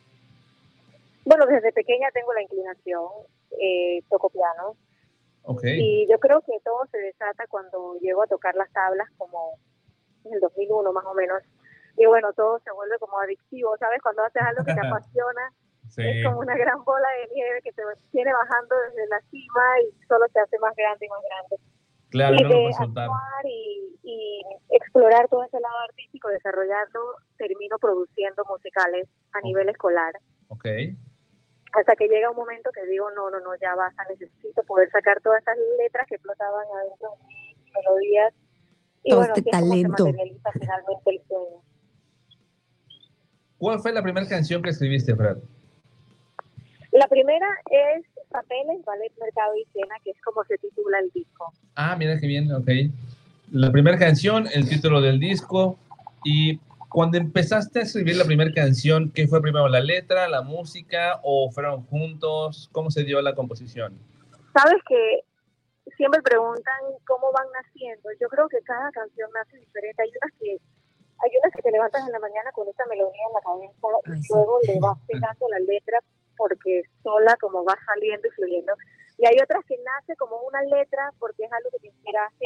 Bueno, desde pequeña tengo la inclinación, toco piano. Okay. Y yo creo que todo se desata cuando llego a tocar las tablas, como en el 2001 más o menos. Y bueno, todo se vuelve como adictivo, ¿sabes? Cuando haces algo que te apasiona, sí. Es como una gran bola de nieve que se viene bajando desde la cima y solo se hace más grande y más grande. Claro, y no de lo puedes soltar. Actuar y explorar todo ese lado artístico, desarrollarlo, termino produciendo musicales a nivel escolar. Okay. hasta que llega un momento que digo, no, ya basta, necesito poder sacar todas esas letras que flotaban adentro de mis melodías. Y Todo bueno, este así es como se talento. materializa finalmente el sueño. ¿Cuál fue la primera canción que escribiste, Fred? La primera es Papeles, Ballet, Mercado y Cena, que es como se titula el disco. Ah, mira qué bien, ok. La primera canción, el título del disco. Y cuando empezaste a escribir la primera canción, ¿qué fue primero, la letra, la música o fueron juntos? ¿Cómo se dio la composición? Sabes que siempre preguntan cómo van naciendo. Yo creo que cada canción nace diferente. Hay unas que te levantas en la mañana con esa melodía en la cabeza y luego le vas pegando la letra porque sola como va saliendo y fluyendo. Y hay otras que nace como una letra porque es algo que te inspiraste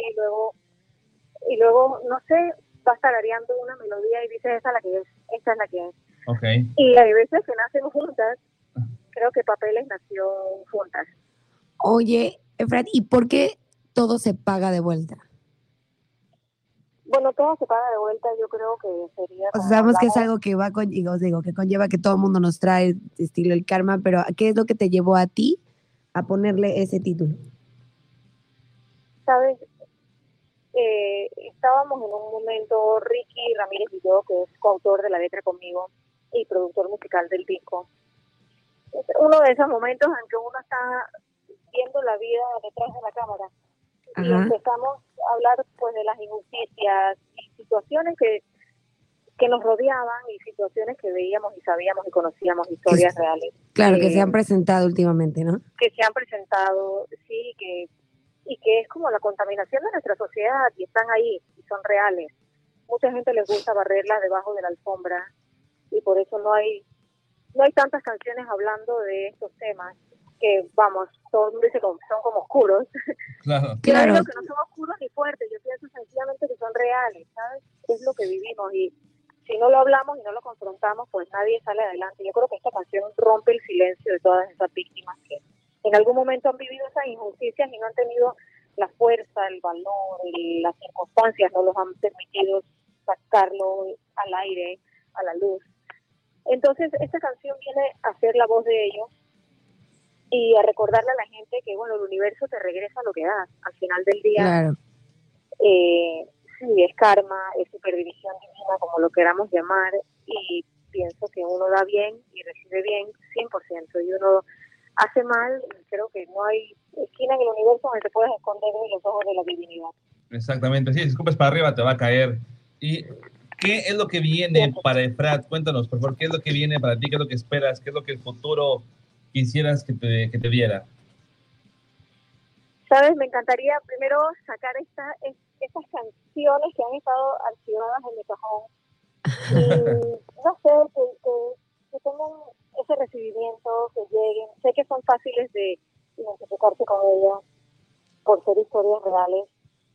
y luego no sé, vas tarareando una melodía y dices, esta es la que es, esta es la que es. Okay. Y hay veces que nacen juntas. Creo que Papeles nació juntas. Oye, Efrat, ¿y por qué todo se paga de vuelta? Bueno, todo se paga de vuelta, yo creo que sería... O sea, sabemos que es algo que va con, que conlleva que todo el mundo nos trae estilo el karma, pero ¿qué es lo que te llevó a ti a ponerle ese título? Sabes, estábamos en un momento, Ricky Ramírez y yo, que es coautor de la letra conmigo y productor musical del disco. Es uno de esos momentos en que uno está viendo la vida detrás de la cámara. Y empezamos a hablar pues de las injusticias y situaciones que nos rodeaban y situaciones que veíamos y sabíamos y conocíamos, historias reales. Claro, que se han presentado últimamente, ¿no? Que se han presentado, sí, y que es como la contaminación de nuestra sociedad y están ahí y son reales. Mucha gente les gusta barrerlas debajo de la alfombra y por eso no hay tantas canciones hablando de estos temas que, vamos, todo el mundo dice que son como oscuros. Claro. Yo digo que no son oscuros ni fuertes, yo pienso sencillamente que son reales, ¿sabes? Es lo que vivimos y si no lo hablamos y no lo confrontamos, pues nadie sale adelante. Yo creo que esta canción rompe el silencio de todas esas víctimas que en algún momento han vivido esas injusticias y no han tenido la fuerza, el valor, las circunstancias no los han permitido sacarlo al aire, a la luz. Entonces, esta canción viene a ser la voz de ellos y a recordarle a la gente que, bueno, el universo te regresa lo que da. Al final del día, claro. Sí, es karma, es superdivisión divina, como lo queramos llamar, y pienso que uno da bien y recibe bien 100%, y uno hace mal, y creo que no hay esquina en el universo donde te puedes esconder de los ojos de la divinidad. Exactamente, sí, si escupes para arriba te va a caer. ¿Y qué es lo que viene para Efrat? Cuéntanos, por favor, ¿qué es lo que viene para ti? ¿Qué es lo que esperas? ¿Qué es lo que el futuro quisieras que te diera? Sabes, me encantaría primero sacar estas canciones que han estado archivadas en mi cajón y no sé, que tengan ese recibimiento, que lleguen. Sé que son fáciles de identificarse con ellas por ser historias reales.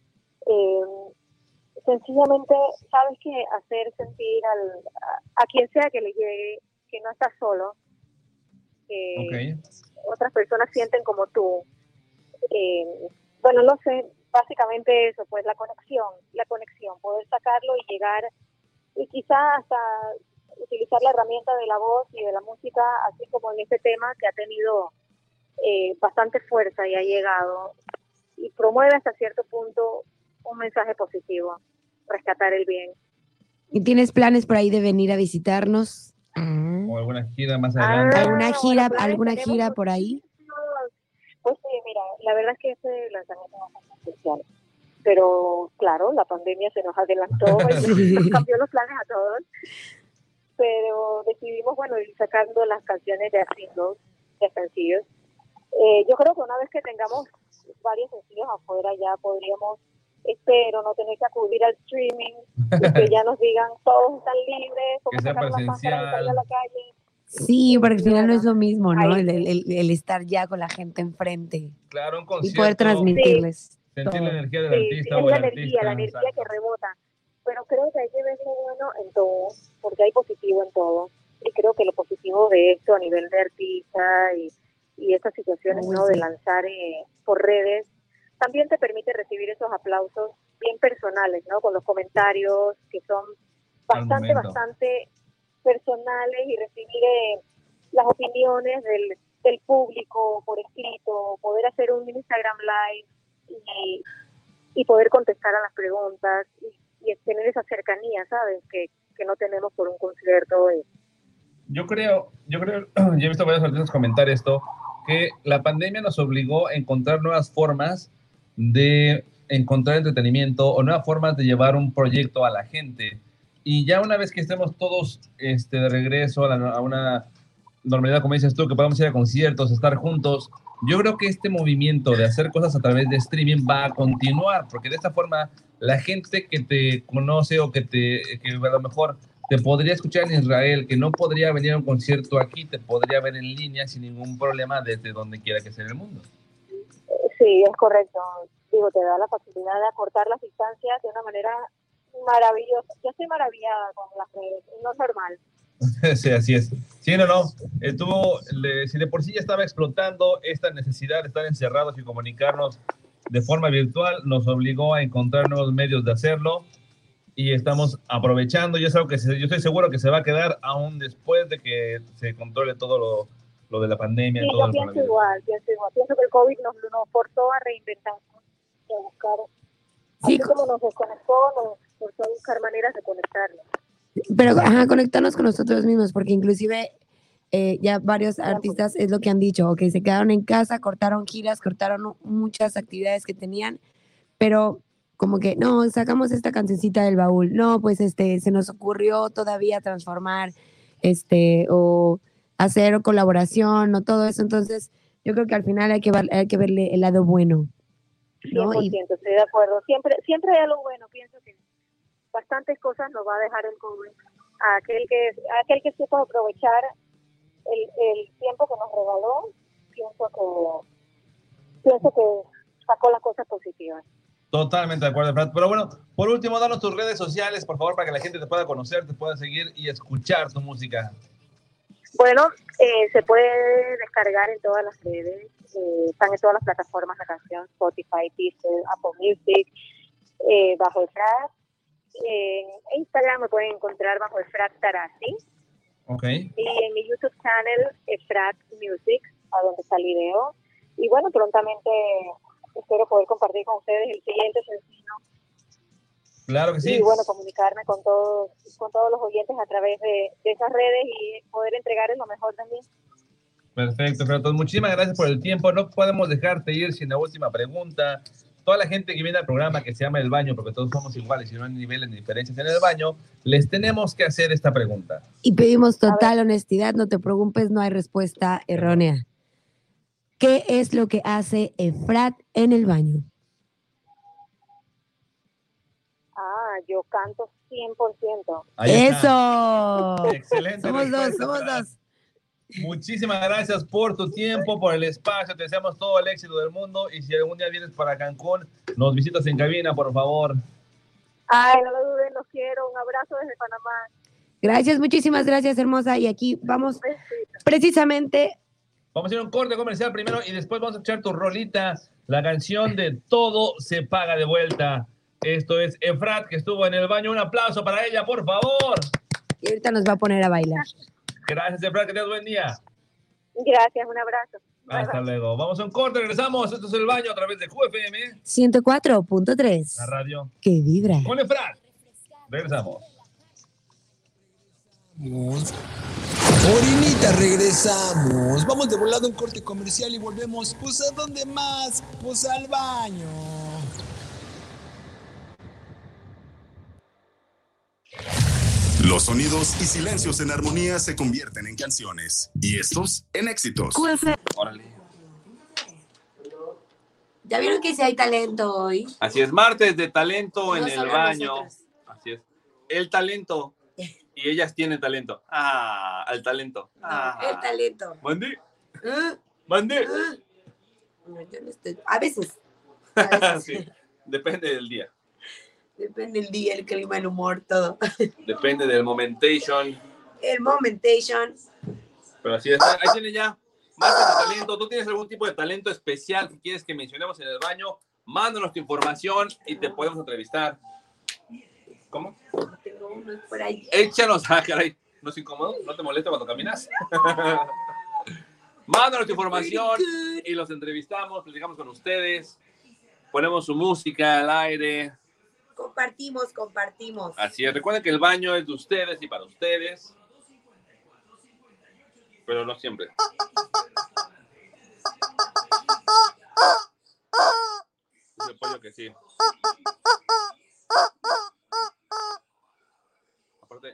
Sencillamente, sabes que hacer sentir a quien sea que le llegue que no estás solo, que otras personas sienten como tú. Bueno, no sé, básicamente eso, pues la conexión, poder sacarlo y llegar y quizá hasta utilizar la herramienta de la voz y de la música, así como en este tema que ha tenido bastante fuerza y ha llegado y promueve hasta cierto punto un mensaje positivo, rescatar el bien. ¿Y tienes planes por ahí de venir a visitarnos? ¿O alguna gira más adelante? ¿Alguna gira por ahí? Pues sí, mira, la verdad es que este lanzamiento es bastante especial. Pero claro, la pandemia se nos adelantó y nos cambió los planes a todos. Pero decidimos, bueno, ir sacando las canciones de singles, de sencillos. Yo creo que una vez que tengamos varios sencillos afuera ya podríamos, espero, no tener que acudir al streaming y que ya nos digan todos están libres, como sacar la máscara y salir a la calle. Sí, porque al final no es lo mismo, ¿no? El estar ya con la gente enfrente. Claro, un concierto. Y poder transmitirles. Sentir la energía del Es artista o el artista. la energía que rebota. Pero creo que hay que ver lo bueno en todo, porque hay positivo en todo. Y creo que lo positivo de esto a nivel de artista y estas situaciones, ¿no? De lanzar por redes, también te permite recibir esos aplausos bien personales, ¿no? Con los comentarios que son bastante personales y recibir las opiniones del público por escrito, poder hacer un Instagram Live y poder contestar a las preguntas y tener esa cercanía, ¿sabes? Que no tenemos por un concierto. Yo creo, yo he visto varios artistas comentar esto, que la pandemia nos obligó a encontrar nuevas formas de encontrar entretenimiento o nuevas formas de llevar un proyecto a la gente. Y ya una vez que estemos todos de regreso a una normalidad, como dices tú, que podamos ir a conciertos, estar juntos, yo creo que este movimiento de hacer cosas a través de streaming va a continuar, porque de esta forma la gente que te conoce o que a lo mejor te podría escuchar en Israel, que no podría venir a un concierto aquí, te podría ver en línea sin ningún problema desde donde quiera que sea en el mundo. Sí, es correcto. Digo, te da la facilidad de acortar las distancias de una manera maravillosa. Yo estoy maravillada con las redes, no es normal. Sí, así es. Sí, si de por sí ya estaba explotando esta necesidad de estar encerrados y comunicarnos de forma virtual, nos obligó a encontrar nuevos medios de hacerlo y estamos aprovechando, y es algo que yo estoy seguro que se va a quedar aún después de que se controle todo lo de la pandemia. Sí, todo yo pienso igual. Pienso que el COVID nos forzó a reinventarnos y a buscar, así como nos desconectó, nos forzó a buscar maneras de conectarnos. Pero, conectarnos con nosotros mismos, porque inclusive ya varios artistas es lo que han dicho, que se quedaron en casa, cortaron giras, cortaron muchas actividades que tenían, pero como que, no, sacamos esta cancioncita del baúl, no, pues se nos ocurrió todavía transformar, o hacer colaboración, o todo eso, entonces yo creo que al final hay que verle el lado bueno, ¿no? 100%, estoy de acuerdo, siempre hay algo bueno, pienso que bastantes cosas nos va a dejar el COVID, aquel que supo aprovechar el tiempo que nos regaló, pienso que sacó las cosas positivas. Totalmente de acuerdo, Fran. Pero bueno, por último, danos tus redes sociales, por favor, para que la gente te pueda conocer, te pueda seguir y escuchar tu música. Bueno, se puede descargar en todas las redes, están en todas las plataformas la canción, Spotify, Deezer, Apple Music, bajo Efrat. En Instagram me pueden encontrar bajo Efrat Tarazi. Okay. Y en mi YouTube channel, Efrat Music, a donde está el video. Y bueno, prontamente espero poder compartir con ustedes el siguiente sencillo. Claro que sí. Y bueno, comunicarme con todos los oyentes a través de esas redes y poder entregarles lo mejor de mí. Perfecto, Fran. Muchísimas gracias por el tiempo. No podemos dejarte ir sin la última pregunta. Toda la gente que viene al programa que se llama El Baño, porque todos somos iguales y no hay niveles ni diferencias en el baño, les tenemos que hacer esta pregunta. Y pedimos total honestidad, no te preocupes, no hay respuesta errónea. ¿Qué es lo que hace Efrat en el baño? Yo canto 100%. ¡Eso! Excelente. Somos dos. Muchísimas gracias por tu tiempo, por el espacio. Te deseamos todo el éxito del mundo. Y si algún día vienes para Cancún, nos visitas en cabina, por favor. Ay, no lo duden, los quiero. Un abrazo desde Panamá. Gracias, muchísimas gracias, hermosa. Y aquí vamos precisamente. Vamos a ir a un corte comercial primero y después vamos a escuchar tu rolita, la canción de Todo se paga de vuelta. Esto es Efrat, que estuvo en el baño. Un aplauso para ella, por favor. Y ahorita nos va a poner a bailar. Gracias, Efrat, que tengas buen día. Gracias, un abrazo. Hasta luego. Vamos a un corte, regresamos. Esto es El Baño a través de QFM 104.3. La radio que vibra. Con Efrat. Regresamos. Ahorita regresamos. Vamos de volado a un corte comercial y volvemos. Pues ¿a dónde más? Pues al baño. Los sonidos y silencios en armonía se convierten en canciones y estos en éxitos. Órale. ¿Ya vieron que si hay talento hoy? Así es, martes de talento en el baño. Nosotros. Así es. El talento. Y ellas tienen talento. El talento. El talento. ¿Mandé? ¿Mandé? No, yo no estoy. A veces. Sí, depende del día. Depende del día, el clima, el humor, todo. Depende del momentation. El momentation. Pero así es. Ahí tiene ya. Martes de talento. ¿Tú tienes algún tipo de talento especial que quieres que mencionemos en el baño? Mándanos tu información y te podemos entrevistar. ¿Cómo? Tengo unos por ahí. Échanos. Caray. ¿No es incómodo? ¿No te molesta cuando caminas? Mándanos tu información y los entrevistamos, platicamos con ustedes, ponemos su música al aire. Compartimos. Así es, recuerden que el baño es de ustedes y para ustedes, pero no siempre. Dice el pollo que sí. Aparte.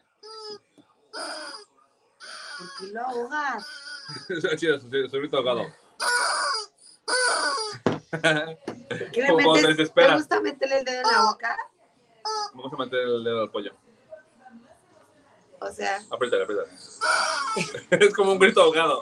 ¿Por qué lo ahogas? Su grito ahogado. ¿Qué le Como se metes? desespera. ¿Te gusta meterle el dedo en la boca? Vamos a meter el dedo al pollo. O sea, Apriétale. Es como un grito ahogado.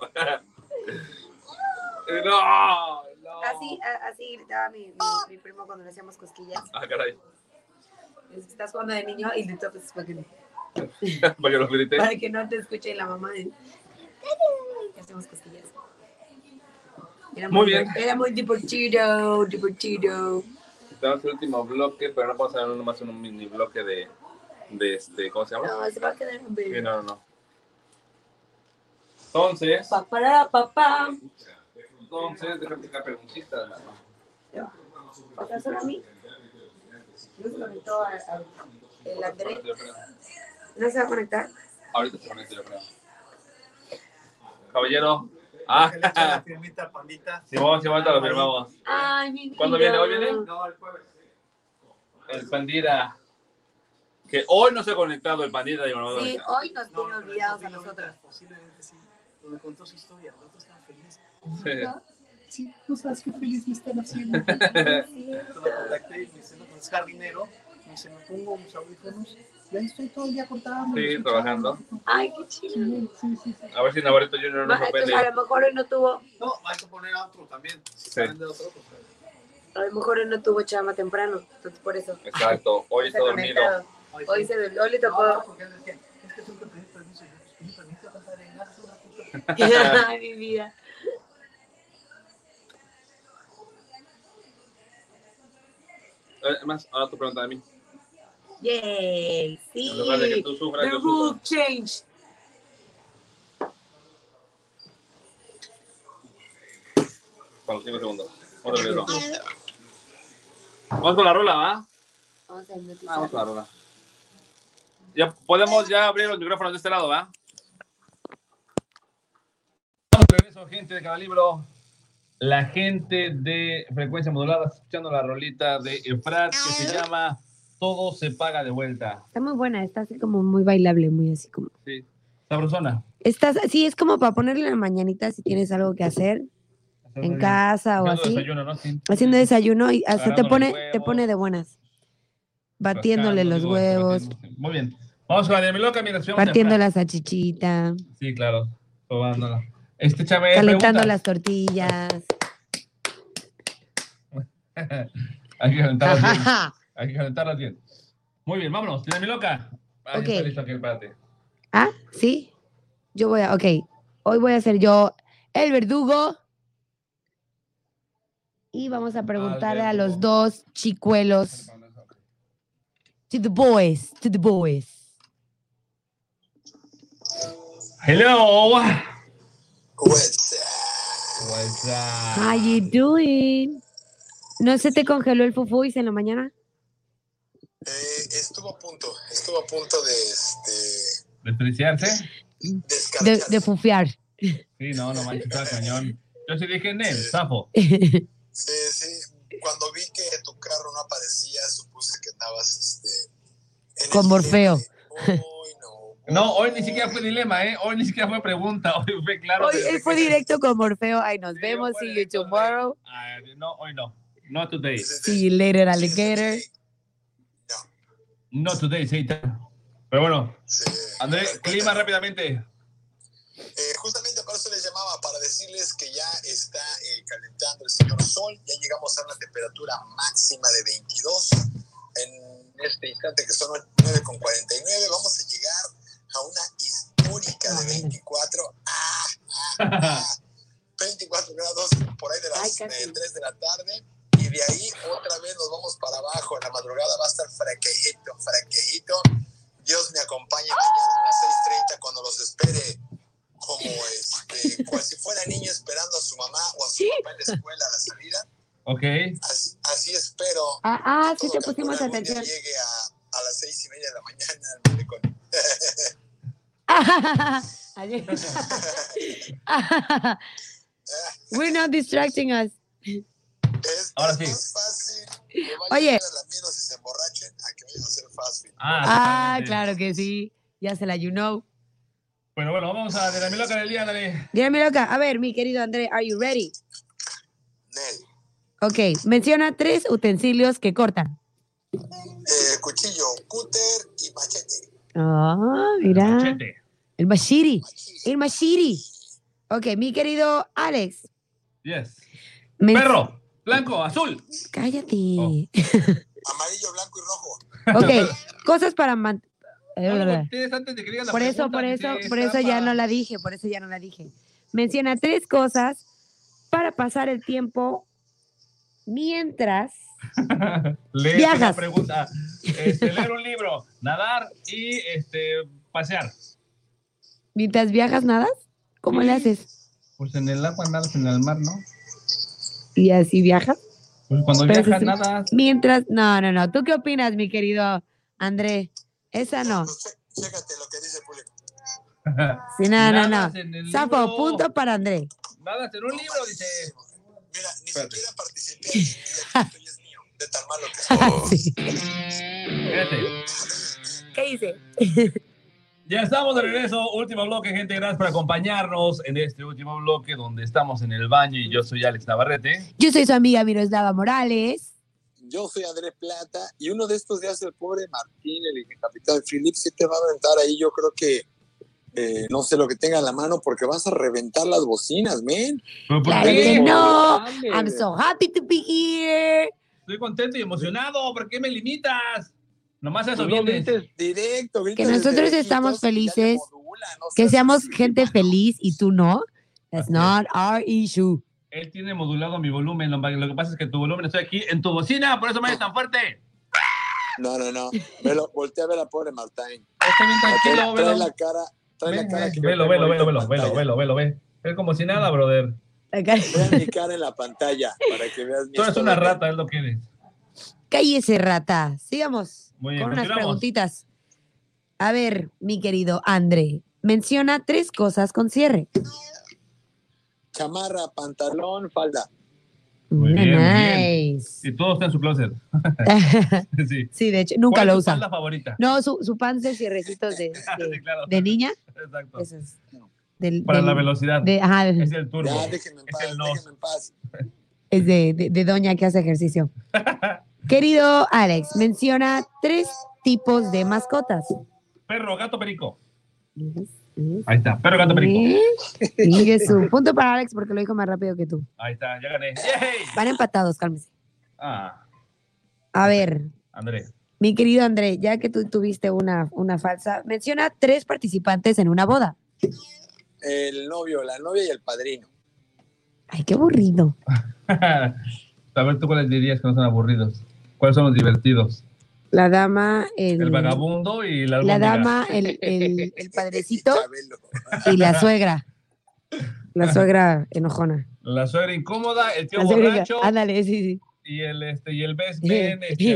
No. así gritaba mi primo cuando le hacíamos cosquillas. Ah, caray. Estás jugando de niño y le topas para que Para que lo grite. para que no te escuche la mamá. Y hacemos cosquillas. Muy bien. Era muy divertido. Tenemos el último bloque, pero no podemos hacer nomás un mini bloque de ¿cómo se llama? No, se va a quedar un bebé. Sí, no. Entonces, déjame sacar preguntitas. ¿O sea, solo a mí? ¿No se conectó el Andrés? ¿No se va a conectar? Ahorita se conecta, yo creo. Caballero. La firmita, pandita. Sí, ahorita lo firmamos. Ay, mi vida. ¿Cuándo viene? ¿Hoy viene? No, el jueves. El pandita. Que hoy no se ha conectado el pandita. Sí, hoy nos tiene olvidados a nosotros. Posiblemente sí. Me contó su historia, ¿no? Están felices. Sí. Sí, no sabes qué feliz me están haciendo. Lo contacté y me dice, no, pues es jardinero. Me dice, me pongo mis audífonos. Ya estoy todo el día cortando. Sí, trabajando. Ay, qué chido. Sí. A ver si Navarrito Junior nos sorprende. A lo mejor hoy no tuvo. No, hay que poner a otro también. Sí. De otro, pues, A lo mejor hoy no tuvo chama temprano. Entonces, por eso. Exacto. Hoy está dormido. Hoy le tocó. No, porque él decía, es que tú te pedís permiso. Yo, ¿me permite cantar en casa? Ay, mi vida. Además, ahora tu pregunta de mí. Yay, sí. En lugar de que tú sufras, The yo rule sufro. change. Para los 5 segundos. Otro libro. Vamos con la rola, ¿va? Vamos con la rola. Ya podemos abrir los micrófonos de este lado, ¿va? Vamos de regreso, gente de cada libro. La gente de Frecuencia Modulada escuchando la rolita de Efrat que se llama Todo se paga de vuelta. Está muy buena, está así como muy bailable, muy así como. Sí, sabrosona. Sí, es como para ponerle en la mañanita si tienes algo que hacer en casa o Haciendo así. desayuno, ¿no? Sí. Haciendo desayuno y hasta te Agarrando los pone de buenas. Batiéndole los huevos, Muy bien. Vamos con la de mi loca mientras vemos partiendo a la salchichita, Sí, claro. Probándola. Chame, calentando preguntas. las tortillas. Hay que calentarlas bien. Hay que calentarlas bien. Muy bien, vámonos. Tiene mi loca. Ahí Ok. está listo aquí, espérate. Ah, ¿sí? Ok. Hoy voy a ser yo el verdugo. Y vamos a preguntarle a los dos chicuelos. To the boys. Hello. What's up? How you doing? ¿No se te congeló el fufuis en la mañana? Estuvo a punto de ¿Despreciarse? De fufiar. Sí, no manches, está cañón. Yo sí dije, Nel, zafo. Sí. Cuando vi que tu carro no aparecía, supuse que estabas Con Morfeo. No, hoy ni siquiera fue dilema, ¿eh? Hoy ni siquiera fue pregunta. Hoy fue claro. Hoy fue directo con Morfeo. Ay, nos vemos. See you tomorrow. No, hoy no. Not today. See you later, alligator. Not today, Satan. Pero bueno, André, clima rápidamente. Justamente por eso les llamaba, para decirles que ya está calentando el señor Sol. Ya llegamos a una temperatura máxima de 22. En este instante, que son 9:49, vamos a llegar a una histórica de 24. 24 grados por ahí de las 3 de la tarde. Y de ahí otra vez nos vamos para abajo. En la madrugada va a estar fraquejito. Dios me acompañe mañana a las 6:30 cuando los espere como cual si fuera niño esperando a su mamá o a su papá en la escuela a la salida. Ok. Así espero Sí te pusimos algún día atención. llegue a las 6:30 de la mañana al malecón. We're not distracting us. Ahora sí. Es fácil que vayan Oye. a las minas y se emborrachen a que vayan a hacer fast food. Claro que sí. Ya se la you know. Bueno, vamos a la loca del día, dale. Dígame loca. A ver, mi querido André, are you ready? Nel. Ok, menciona 3 utensilios que cortan. Cuchillo, cúter y machete. Mira. Machete. El machiri. Ok, mi querido Alex. Yes. Men- Perro, blanco, azul. Cállate. Amarillo, blanco y rojo. Ok, cosas para Ustedes antes de que digan la Por eso ya no la dije, Menciona 3 cosas para pasar el tiempo mientras Leer viajas. una pregunta. Leer un libro, nadar y pasear. Mientras viajas, ¿nadas? ¿Cómo le haces? Pues en el agua nadas, en el mar, ¿no? ¿Y así viajas? Pues cuando Pero viajas sí, nadas. Mientras, no. ¿Tú qué opinas, mi querido André? Esa no. Chécate lo que dice el público. Sí, no. Nadas en el Sapo, libro. punto para André. Nadas en un libro, dice. Mira, ni siquiera participé y esto ya es mío. De tan malo que soy. Sí. Fíjate. ¿Qué dice? Ya estamos de regreso. Último bloque, gente. Gracias por acompañarnos en este último bloque donde estamos en el baño y yo soy Alex Navarrete. Yo soy su amiga Miroslava Morales. Yo soy Andrés Plata y uno de estos días el pobre Martín, el capitán Philip, sí te va a aventar ahí. Yo creo que no sé lo que tenga en la mano porque vas a reventar las bocinas, men. Claro que no. I'm so happy to be here. Estoy contento y emocionado. ¿Por qué me limitas? Nomás eso Tú no vienes. grites directo, Que nosotros estamos felices, que seamos gente feliz y tú no. That's not our issue. Él tiene modulado mi volumen. Lo que pasa es que tu volumen estoy aquí en tu bocina, por eso me es tan fuerte. No. Voltea a ver a pobre Martín. Está bien tranquilo, Trae velo. la cara. Trae la cara que Velo. Ve como si nada, brother. Vean mi cara en la pantalla para que veas mi Tú eres una rata, es lo que eres. Cállese, rata. Sigamos Muy bien, con unas continuamos. preguntitas. A ver, mi querido André, menciona 3 cosas con cierre. Chamarra, pantalón, falda. Muy bien, muy bien. Nice. Y todo está en su closet. Sí. Sí, de hecho, nunca ¿Cuál lo es tu usa. falda favorita? No, su pants de cierrecitos Sí, claro. de niña. Exacto. Eso es. Para la velocidad. Ajá, Es el turbo. Ya, déjenme en Es paz, el nos. déjenme en paz. es de doña que hace ejercicio. Querido Alex, menciona 3 tipos de mascotas. Perro, gato, perico. Ahí está, perro, gato, perico. Y su punto para Alex porque lo dijo más rápido que tú. Ahí está, ya gané. ¡Yay! Van empatados, cálmese. Ah, A ver, André. mi querido André, ya que tú tuviste una falsa, menciona 3 participantes en una boda. El novio, la novia y el padrino. Ay, qué aburrido. A ver, ¿tú cuáles dirías que no son aburridos? ¿Cuáles son los divertidos? La dama, El vagabundo y la la albóndiga. dama, el padrecito y la suegra. La suegra enojona. La suegra incómoda, el tío La suegra, borracho ándale, sí. y el best man.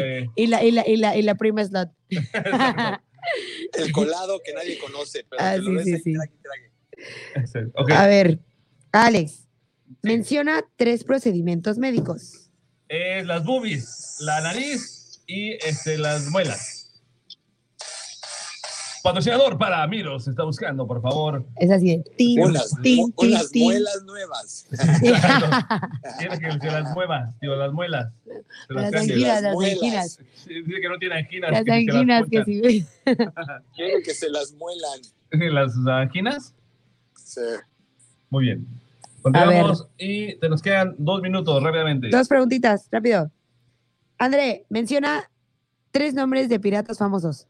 Y la prima slot. El colado que nadie conoce, pero Ah, que lo sí, ves sí, ahí, sí. trague. Ok. A ver, Alex, menciona 3 procedimientos médicos. Las boobies, la nariz y las muelas. Patrocinador para Miro se está buscando, por favor. Es así de tin, Unas tin, tin, tin. muelas nuevas. Quiere que se las mueva, digo, las muelas. Se Las cambie. anginas, las muelas. anginas. Sí, dice que no tiene anginas. Las que se anginas que punchan. sí. Quiero que se las muelan. ¿Las anginas? Sí. Muy bien. Continuamos y te nos quedan 2 minutos rápidamente. 2 preguntitas, rápido. André, menciona 3 nombres de piratas famosos.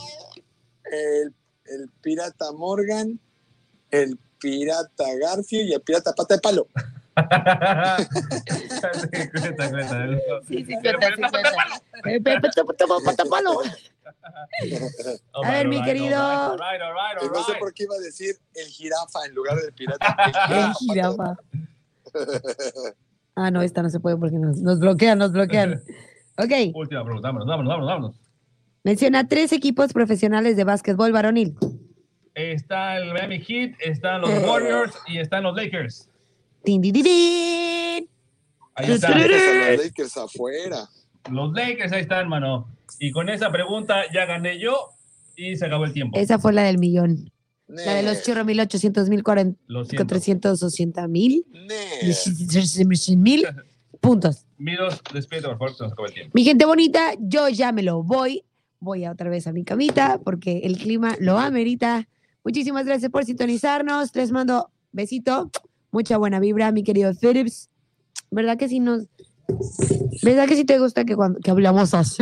El pirata Morgan, el pirata Garfio y el pirata Pata de Palo. A ver, mi querido. No sé por qué iba a decir el jirafa en lugar del pirata. El jirafa. Ah, no, esta no se puede porque nos bloquean. Ok. Última pregunta, vámonos. Menciona 3 equipos profesionales de básquetbol varonil. Está el Miami Heat, están los Warriors y están los Lakers. ¡Tin, din, din, din! Ahí están. Los Lakers afuera. Los Lakers, ahí están, mano. Y con esa pregunta ya gané yo y se acabó el tiempo. Esa fue la del millón. La de los churros 1800,000, 380,000, 100,000 puntos. Miros, despídete, por favor, se nos acabó el tiempo. Mi gente bonita, yo ya me lo voy. Voy a otra vez a mi camita porque el clima lo amerita. Muchísimas gracias por sintonizarnos. Les mando besito. Mucha buena vibra, mi querido Phillips. ¿Verdad que sí ¿verdad que sí te gusta que hablamos así?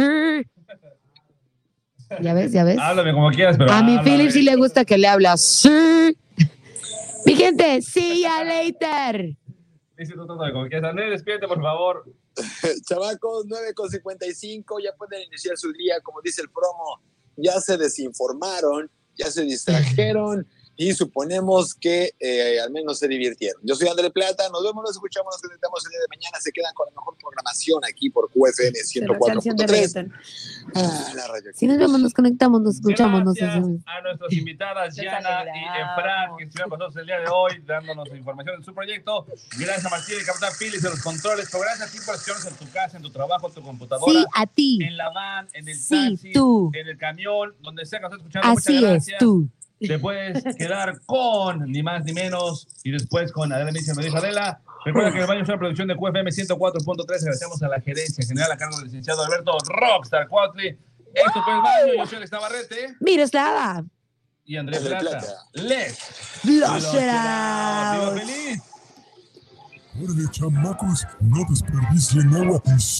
¿Ya ves? Háblame como quieras, pero a mi háblame. Phillips sí le gusta que le hable así. Mi gente, see ya later. Dice tú, como quieras. Andrés, despídete, por favor. Chavacos, 9:55, ya pueden iniciar su día, como dice el promo, ya se desinformaron, ya se distrajeron y suponemos que al menos se divirtieron. Yo soy André Plata, nos vemos, nos escuchamos, nos conectamos el día de mañana, se quedan con la mejor programación aquí por QFM 104.3. La radio. Si nos vemos, nos conectamos, nos escuchamos. Gracias a nuestras invitadas Yana y Efrat, que estuvieron con nosotros el día de hoy, dándonos información de su proyecto. Gracias a Martín y Capitán Phillips de los controles. Pero gracias a ti por escucharnos en tu casa, en tu trabajo, en tu computadora. Sí, a ti. En la van, en el Sí, taxi, tú. en el camión, donde sea que nos estés escuchando. Así Muchas es, gracias. tú. Te puedes quedar con ni más ni menos y después con Adela Micha, me dijo Adela. Recuerda que el baño es una producción de QFM 104.3. Agradecemos a la gerencia general a cargo del licenciado Alberto Rockstar Cuautli. Esto fue el baño. Yo soy Alex Navarrete Miroslava. y Andrés Plata. ¡Les! Flush it out. ¡Viva feliz! Órale, chamacos, no desperdicien agua y